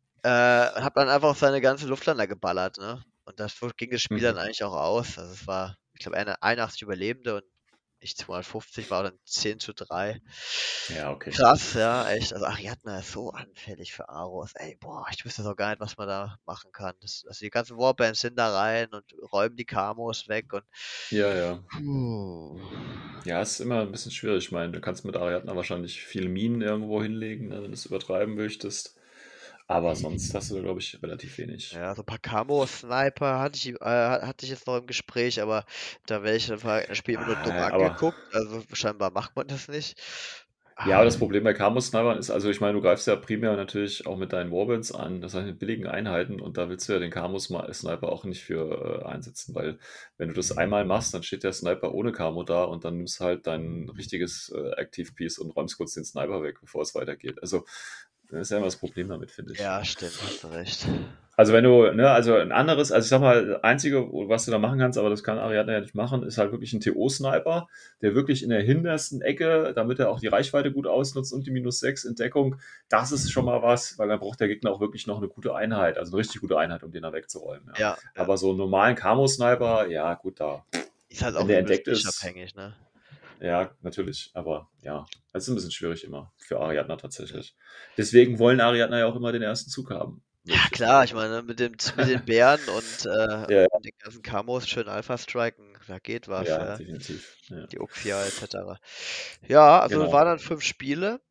Und habe dann einfach auf seine ganze Luftlander geballert, ne? Und das ging das Spiel dann Mhm. eigentlich auch aus. Also es war, ich glaube, 81 Überlebende und ich 250, war dann 10:3. Ja, okay. Krass, ja, echt. Also Ariadna ist so anfällig für Aros. Ey, boah, ich wüsste doch gar nicht, was man da machen kann. Also die ganzen Warbands sind da rein und räumen die Kamos weg und Ja, ja. puh. Ja, ist immer ein bisschen schwierig. Ich meine, du kannst mit Ariadna wahrscheinlich viele Minen irgendwo hinlegen, ne, wenn du es übertreiben möchtest. Aber sonst hast du da, glaube ich, relativ wenig. Ja, so ein paar Camo-Sniper hatte ich jetzt noch im Gespräch, aber da werde ich einfach das Spiel immer nur dumm Aber angeguckt. Also scheinbar macht man das nicht. ja, aber Ah, das Problem bei Camo-Snipern ist, also ich meine, du greifst ja primär natürlich auch mit deinen Warbands an, das heißt mit billigen Einheiten, und da willst du ja den Camo-Sniper auch nicht für einsetzen, weil wenn du das einmal machst, dann steht der Sniper ohne Camo da und dann nimmst du halt dein richtiges Active-Piece und räumst kurz den Sniper weg, bevor es weitergeht. Also das ist ja immer das Problem damit, finde ich. ja, stimmt, hast du recht. Also wenn du, ne, also ein anderes, also ich sag mal, das Einzige, was du da machen kannst, aber das kann Ariadne ja nicht machen, ist halt wirklich ein TO-Sniper, der wirklich in der hintersten Ecke, damit er auch die Reichweite gut ausnutzt und die -6 in Deckung, das ist schon mal was, weil dann braucht der Gegner auch wirklich noch eine gute Einheit, also eine richtig gute Einheit, um den da wegzuräumen. Ja. Ja, ja. Aber so einen normalen Camo-Sniper, ja gut, da, Ist halt wenn auch der übelst entdeckt ist, nischabhängig, ne? ja, natürlich, aber ja, es ist ein bisschen schwierig immer für Ariadna tatsächlich. Deswegen wollen Ariadna ja auch immer den ersten Zug haben, Ja, würde ich jetzt klar, mal ich meine, mit sagen. den Bären und Ja, den ganzen Camos schön Alpha striken, da geht was, ja, ja. definitiv. Ja, Die Uxia etc. Ja, also es genau. waren dann 5 Spiele.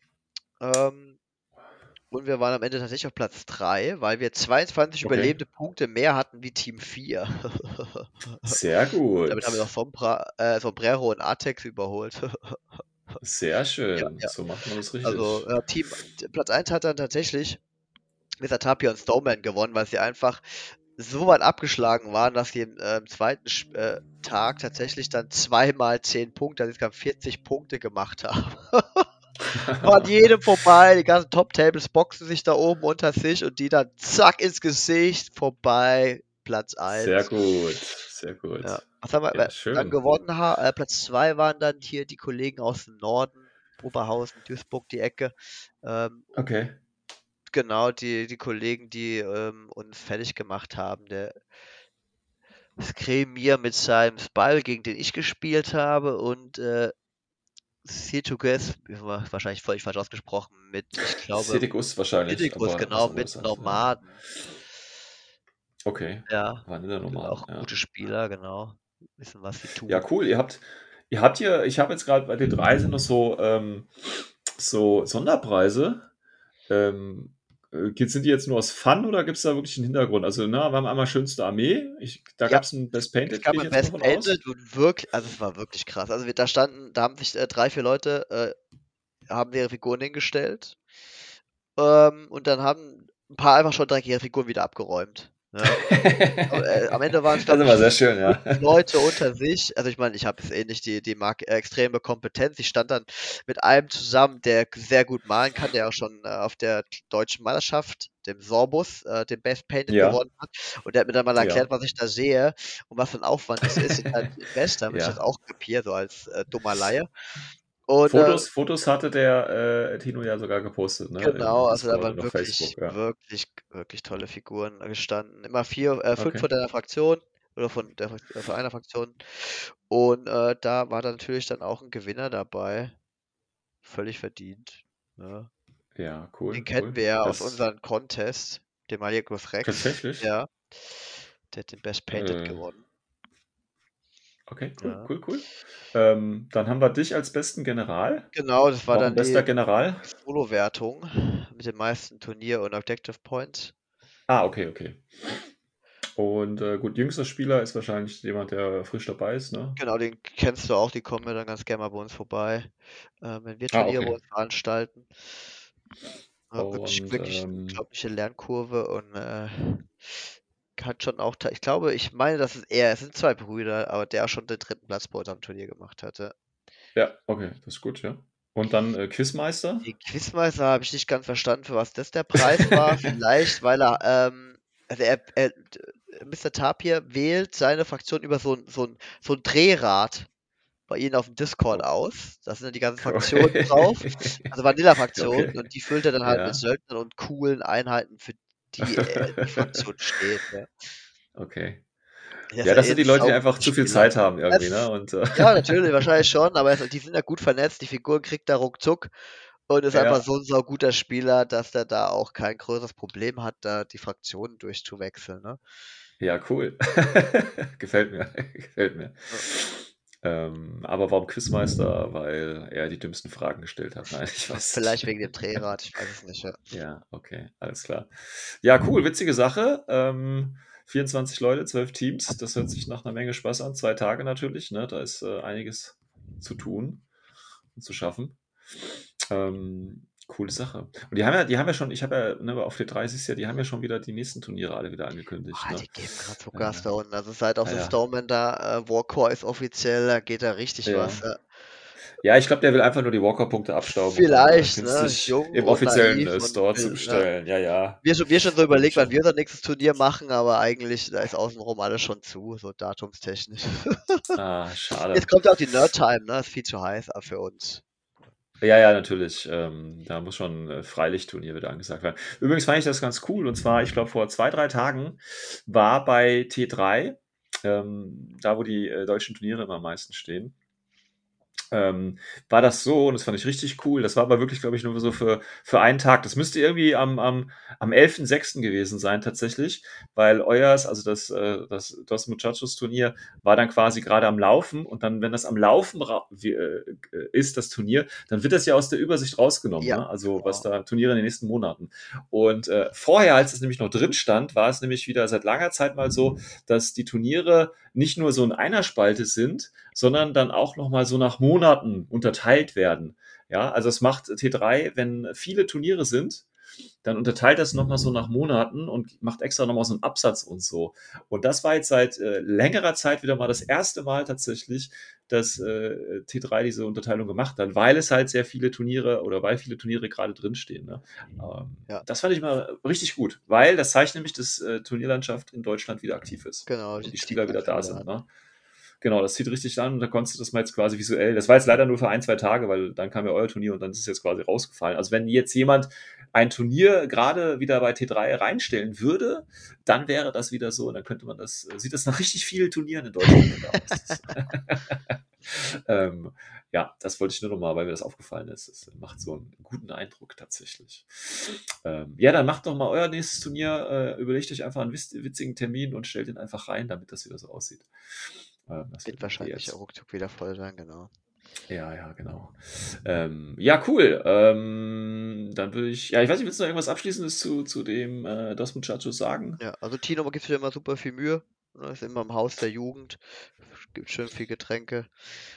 Ähm, Und wir waren am Ende tatsächlich auf Platz 3, weil wir 22 Okay. überlebende Punkte mehr hatten wie Team 4. Sehr Damit haben wir noch gut. Sombrero und Artex überholt. Sehr Ja, schön. ja. So macht man das Also richtig. Platz 1 hat dann tatsächlich Mr. Tapia und Snowman gewonnen, weil sie einfach so weit abgeschlagen waren, dass sie im zweiten Tag tatsächlich dann zweimal 10 Punkte, also insgesamt 40 Punkte gemacht haben. Waren jedem vorbei, die ganzen Top-Tables boxen sich da oben unter sich und die dann zack ins Gesicht vorbei, Platz Sehr 1. gut. Sehr Ja. gut. Was haben wir Ja, dann schön. gewonnen? Platz 2 waren dann hier die Kollegen aus dem Norden, Oberhausen, Duisburg, die Ecke. Okay. Genau, die Kollegen, die uns fertig gemacht haben. Der Skriniar mit seinem Spy, gegen den ich gespielt habe, und Sirtuges, wahrscheinlich völlig falsch ausgesprochen, mit, ich glaube, Cetigus wahrscheinlich, Pithekus, aber was genau, anderes mit halt. Ja. Nomaden. Okay. Ja, sind Vanilla-Nomaden, auch ja. gute Spieler, genau. Wissen, was sie Ja, tun. cool. Ich habe jetzt gerade bei den drei sind noch so Sonderpreise. Sind die jetzt nur aus Fun oder gibt es da wirklich einen Hintergrund? Also, wir haben einmal schönste Armee. Da Ja, gab es ein Best es Painted, gab gehe ich ein jetzt mal Best von aus. Painted und wirklich, also es war wirklich krass. Also da haben sich 3, 4 Leute haben ihre Figuren hingestellt. Und dann haben ein paar einfach schon direkt ihre Figuren wieder abgeräumt. Ja. Am Ende waren es, Das ist glaube immer ich, sehr schön, ja. 5 Leute unter sich. Also ich meine, ich habe jetzt eh nicht die extreme Kompetenz. Ich stand dann mit einem zusammen, der sehr gut malen kann, der auch schon auf der deutschen Meisterschaft, dem Sorbus, den Best Painted Ja, gewonnen hat. Und der hat mir dann mal ja, erklärt, was ich da sehe und was für ein Aufwand das ist. Und halt Invest, damit ich das ja. auch kapiere, so als dummer Laie. Und Fotos hatte der Tino ja sogar gepostet, ne? Im genau, also da Discord und waren auf wirklich, Facebook, ja. wirklich, wirklich tolle Figuren gestanden. Immer 5 Okay. von deiner Fraktion oder von einer Fraktion. Und da war dann natürlich dann auch ein Gewinner dabei. Völlig verdient. Ja. Ja, Den cool, kennen cool. wir ja aus Das unserem Contest, dem Maliakus Rex. tatsächlich. Ja, der hat den Best Painted Äh, gewonnen. okay, cool, Ja. cool, cool. Dann haben wir dich als besten General. Genau, das war Warum dann bester die General? Solo-Wertung mit den meisten Turnier- und Objective Points. Ah, okay, okay. Und gut, jüngster Spieler ist wahrscheinlich jemand, der frisch dabei ist, ne? Genau, den kennst du auch, die kommen ja dann ganz gerne mal bei uns vorbei, wenn wir Ah, Turniere bei okay. uns veranstalten. Wirklich, Und wirklich unglaubliche Lernkurve und hat schon auch, ich meine, dass es sind 2 Brüder, aber der auch schon den 3. Platz bei unserem Turnier gemacht hatte. ja, okay, das ist gut, ja. Und dann Quizmeister? Den Quizmeister habe ich nicht ganz verstanden, für was das der Preis war. Vielleicht, weil also Mr. Tapir wählt seine Fraktion über so ein Drehrad bei ihnen auf dem Discord Oh, aus. Da sind dann die ganzen Fraktionen drauf, okay. also Vanilla-Fraktionen, Okay. und die füllt er dann halt mit Ja, Söldnern und coolen Einheiten, für die Fraktion steht, ja. okay. Der ist Ja, ja das eh sind 'n die Leute, die einfach sauguter zu viel Spieler. Zeit haben irgendwie, ne? Das Und Ja, natürlich, wahrscheinlich schon, aber die sind ja gut vernetzt, die Figur kriegt er ruckzuck und ist einfach ja, so 'n sauguter Spieler, dass der da auch kein größeres Problem hat, da die Fraktionen durchzuwechseln, ne? ja, cool. Gefällt mir, gefällt mir. Ja. Aber warum Quizmeister? Weil er die dümmsten Fragen gestellt hat. Nein, ich weiß Vielleicht nicht. wegen dem Drehrad, ich weiß es nicht, ja. Ja, okay, alles klar. Ja, cool, witzige Sache. 24 Leute, 12 Teams. Das hört sich nach einer Menge Spaß an. 2 Tage natürlich, ne? Da ist einiges zu tun und zu schaffen. Coole Sache. Und die haben ja schon, ich habe ja, ne, auf T3 siehst du ja, die haben ja schon wieder die nächsten Turniere alle wieder angekündigt, Die ne? geben grad so Äh, Gas da unten. Also, seit auch ja, der ja, Stowman da, Warcore ist offiziell, da geht da richtig was, ja. ja. Ja, ich glaube, der will einfach nur die Walker-Punkte abstauben, um dann Vielleicht, ne? Ist günstig jung im und offiziellen naiv und Store zu will, ja. bestellen. Ja, ja, Wir schon so stimmt überlegt, wann schon. wir unser nächstes Turnier machen, aber eigentlich, da ist außenrum alles schon zu, so datumstechnisch. Ah, Jetzt schade. kommt ja auch die Nerd-Time, ne? Ist viel zu heiß für uns. Ja, ja, natürlich. Da muss schon Freilichtturnier wieder angesagt werden. Übrigens fand ich das ganz cool. Und zwar, ich glaube, vor 2, 3 Tagen war bei T3, da wo die deutschen Turniere immer am meisten stehen, war das so, und das fand ich richtig cool. Das war aber wirklich, glaube ich, nur so für einen Tag. Das müsste irgendwie am 11.06. gewesen sein, tatsächlich, weil euers, also das Dos Muchachos Turnier, war dann quasi gerade am Laufen, und dann, wenn das am Laufen ist, das Turnier, dann wird das ja aus der Übersicht rausgenommen, Ja, ne? Also, was genau. da Turniere in den nächsten Monaten. Und vorher, als es nämlich noch drin stand, war es nämlich wieder seit langer Zeit mal so, dass die Turniere nicht nur so in einer Spalte sind, sondern dann auch noch mal so nach Monaten unterteilt werden. Ja, also es macht T3, wenn viele Turniere sind, dann unterteilt das noch mal so nach Monaten und macht extra noch mal so einen Absatz und so. Und das war jetzt seit längerer Zeit wieder mal das erste Mal tatsächlich, dass T3 diese Unterteilung gemacht hat, weil es halt sehr viele Turniere oder weil viele Turniere gerade drinstehen. Ne? Ja, Das fand ich mal richtig gut, weil das zeigt nämlich, dass Turnierlandschaft in Deutschland wieder aktiv ist genau, und die die zieht Spieler wieder langsam da wieder sind. an. Ne? Genau, das zieht richtig an, und da konntest du das mal jetzt quasi visuell. Das war jetzt leider nur für 1, 2 Tage, weil dann kam ja euer Turnier und dann ist es jetzt quasi rausgefallen. Also wenn jetzt jemand ein Turnier gerade wieder bei T3 reinstellen würde, dann wäre das wieder so, und dann könnte man das, sieht das nach richtig vielen Turnieren in Deutschland wieder aus. Ja, das wollte ich nur noch mal, weil mir das aufgefallen ist. Es macht so einen guten Eindruck tatsächlich. Ja, dann macht doch mal euer nächstes Turnier. Überlegt euch einfach einen witzigen Termin und stellt ihn einfach rein, damit das wieder so aussieht. Das Wird wird die Idee wahrscheinlich jetzt. ruckzuck wieder voll sein, genau. Ja, genau. Ja, cool. Dann würde ich, ja, ich weiß nicht, willst du noch irgendwas Abschließendes zu dem Dos Muchachos sagen? Ja, also Tino gibt sich immer super viel Mühe. Ne, ist immer im Haus der Jugend. Gibt schön viel Getränke.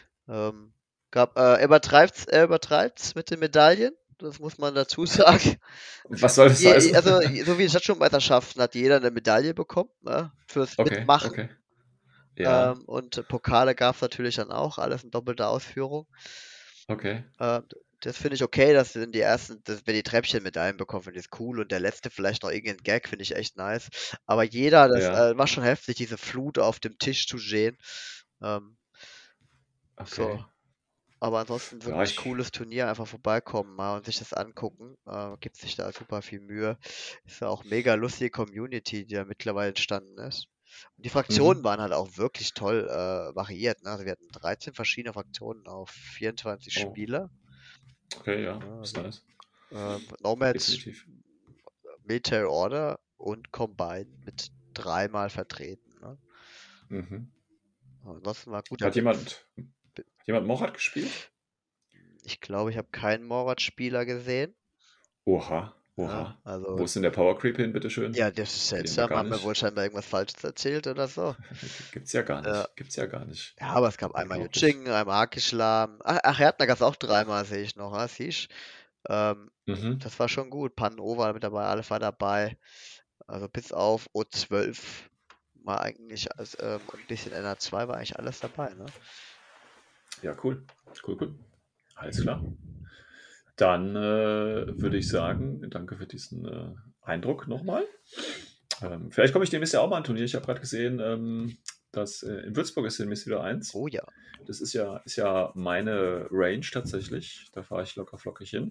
Er übertreibt's mit den Medaillen. Das muss man dazu sagen. Was soll das heißen? Also, so wie die Stadtschulmeisterschaften hat jeder eine Medaille bekommen, ne? Fürs Okay, Mitmachen. okay. Ja, Und Pokale gab es natürlich dann auch, alles in doppelter Ausführung. okay. Das finde ich okay, dass wenn wenn die Treppchenmedaillen bekommen, finde ich es cool und der letzte vielleicht noch irgendeinen Gag, finde ich echt nice. Aber das Ja, war schon heftig, diese Flut auf dem Tisch zu sehen. Ähm, so, okay. aber ansonsten Ja, wirklich cooles Turnier, einfach vorbeikommen mal und sich das angucken. Gibt sich da super viel Mühe. Ist ja auch mega lustige Community, die da mittlerweile entstanden ist. Und die Fraktionen waren halt auch wirklich toll variiert. Ne? Also wir hatten 13 verschiedene Fraktionen auf 24 Oh, Spieler. okay, ja, Ja, ist also nice. Nomads, Definitiv. Military Order und Combine mit dreimal vertreten. Ne? Mhm. Ansonsten war guter Hat Mix. jemand Morat gespielt? Ich glaube, ich habe keinen Morad-Spieler gesehen. Oha, Ja, oha. also Wo ist denn der Power Creep hin, bitteschön? ja, das ist Den haben wir seltsam. gar Haben wir wohl nicht. scheinbar irgendwas Falsches erzählt oder so. Gibt's ja gar Ja, nicht. Gibt's ja gar nicht. ja, aber es gab einmal Unglaublich. Yutsching, einmal Hakislam. Ach, Härtner gab es auch dreimal, sehe ich noch. Siehst Mhm. das war schon gut. Pannenova war mit dabei, alles war dabei. Also bis auf O12 war eigentlich, und ein bisschen NA2 war eigentlich alles dabei, ne? Ja, cool. Cool. Alles klar. Dann würde ich sagen, danke für diesen Eindruck nochmal. Vielleicht komme ich demnächst ja auch mal an ein Turnier. Ich habe gerade gesehen, dass in Würzburg ist demnächst wieder eins. Oh ja. Das ist ja meine Range tatsächlich. Da fahre ich locker flockig hin.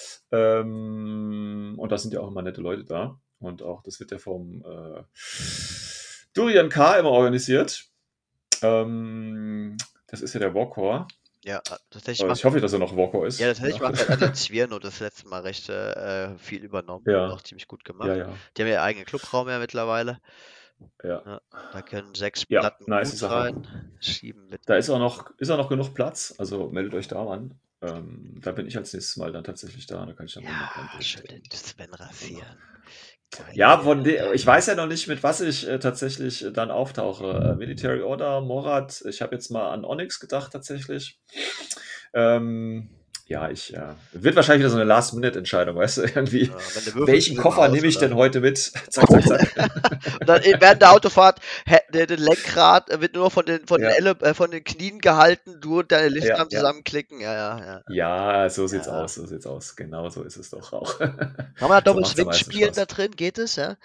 Und da sind ja auch immer nette Leute da. Und auch das wird ja vom Durian K. immer organisiert. Das ist ja der Warcore. Ja, tatsächlich Ich hoffe, dass er noch Warcore ist. ja, tatsächlich Ja. macht halt Adrian Zwirno das letzte Mal recht viel übernommen und auch Ja, ziemlich gut ja, gemacht. ja, Die haben ja eigenen Clubraum ja mittlerweile. ja. Ja, da können 6 Ja, Platten nice gut Sache. rein. Schieben mit. Da ist auch noch genug Platz, also meldet euch da an. Da bin ich als nächstes Mal dann tatsächlich da, da kann ich dann Ja, mal schön berichten. den Sven rasieren. Ja, Geil. ich weiß ja noch nicht, mit was ich tatsächlich dann auftauche. Military Order, Morat, ich habe jetzt mal an Onyx gedacht tatsächlich. Ähm, ja, wird wahrscheinlich wieder so eine Last-Minute-Entscheidung, weißt du, irgendwie. Ja, wenn du würfelst, Welchen ist immer Koffer aus, nehme ich oder? denn heute mit? Zack, zack, zack. Und dann während der Autofahrt, das Lenkrad wird nur Ja, von den Knien gehalten, du und deine Liste am ja. Zusammenklicken. Ja. Ja, so sieht's Ja. aus, so sieht's aus. Genau so ist es doch auch. Kann man da So Double macht's am Swing meisten spielen da Spaß. drin? Geht es, ja?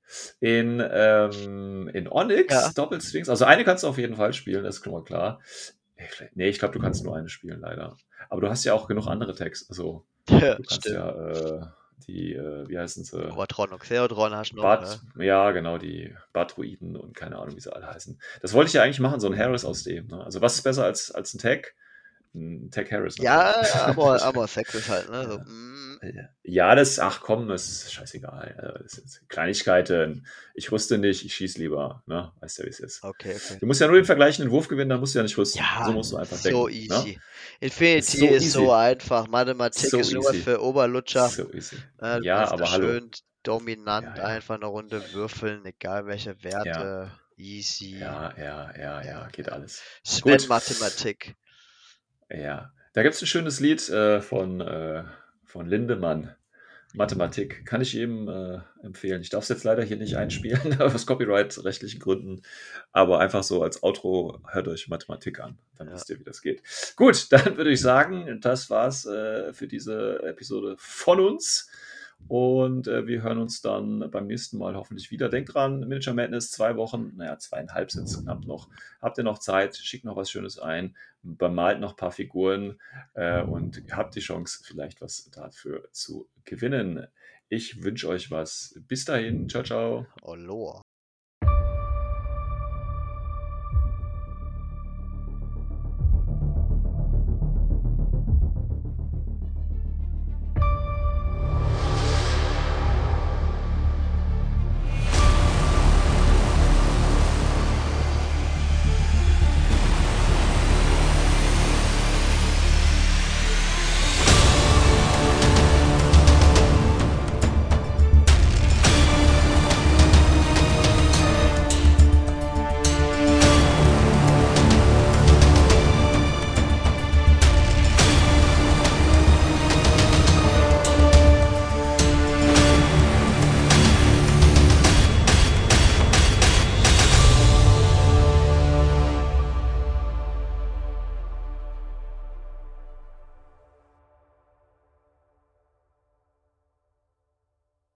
In Ja. Onyx Doppelstrings, also eine kannst du auf jeden Fall spielen, das ist schon mal klar. Nee, ich glaube, du kannst nur eine spielen, leider. Aber du hast ja auch genug andere Tags. Also, Ja, du kannst stimmt. ja wie heißen sie? Overtron und Xeodron hast du noch, ja. Ja, genau, die Batruiden und keine Ahnung, wie sie alle heißen. Das wollte ich ja eigentlich machen, so ein Harris aus dem. Ne? Also, was ist besser als ein Tag? Ein Tag Harris Ja, natürlich. aber Sex ist halt, ne? So, Ja, ach komm, das ist scheißegal. Das sind Kleinigkeiten. Ich rüste nicht, ich schieße lieber. Ne? Weißt ja, wie es ist. okay. Du musst ja nur den vergleichenden Wurf gewinnen, dann musst du ja nicht rüsten. Ja, So musst du einfach so denken. Ne? easy. Infinity So ist so easy. einfach. Mathematik So ist nur was easy. für Oberlutscher. So easy. Du Ja, kannst da aber hallo. schön dominant Ja. einfach eine Runde würfeln, egal welche Ja. Werte. Easy. Ja, geht alles. Sven Gut. Mathematik. Ja. Da gibt es ein schönes Lied von Lindemann. Mathematik. Kann ich jedem empfehlen. Ich darf es jetzt leider hier nicht einspielen, aus Copyright-rechtlichen Gründen. Aber einfach so als Outro, hört euch Mathematik an. Dann wisst ihr, wie das geht. Gut, dann würde ich sagen, das war's für diese Episode von uns. Und wir hören uns dann beim nächsten Mal hoffentlich wieder. Denkt dran, Miniature Madness, 2 Wochen, 2,5 sind es knapp noch. Habt ihr noch Zeit? Schickt noch was Schönes ein. Bemalt noch ein paar Figuren und habt die Chance, vielleicht was dafür zu gewinnen. Ich wünsche euch was. Bis dahin. Ciao, ciao. Oh, Lor.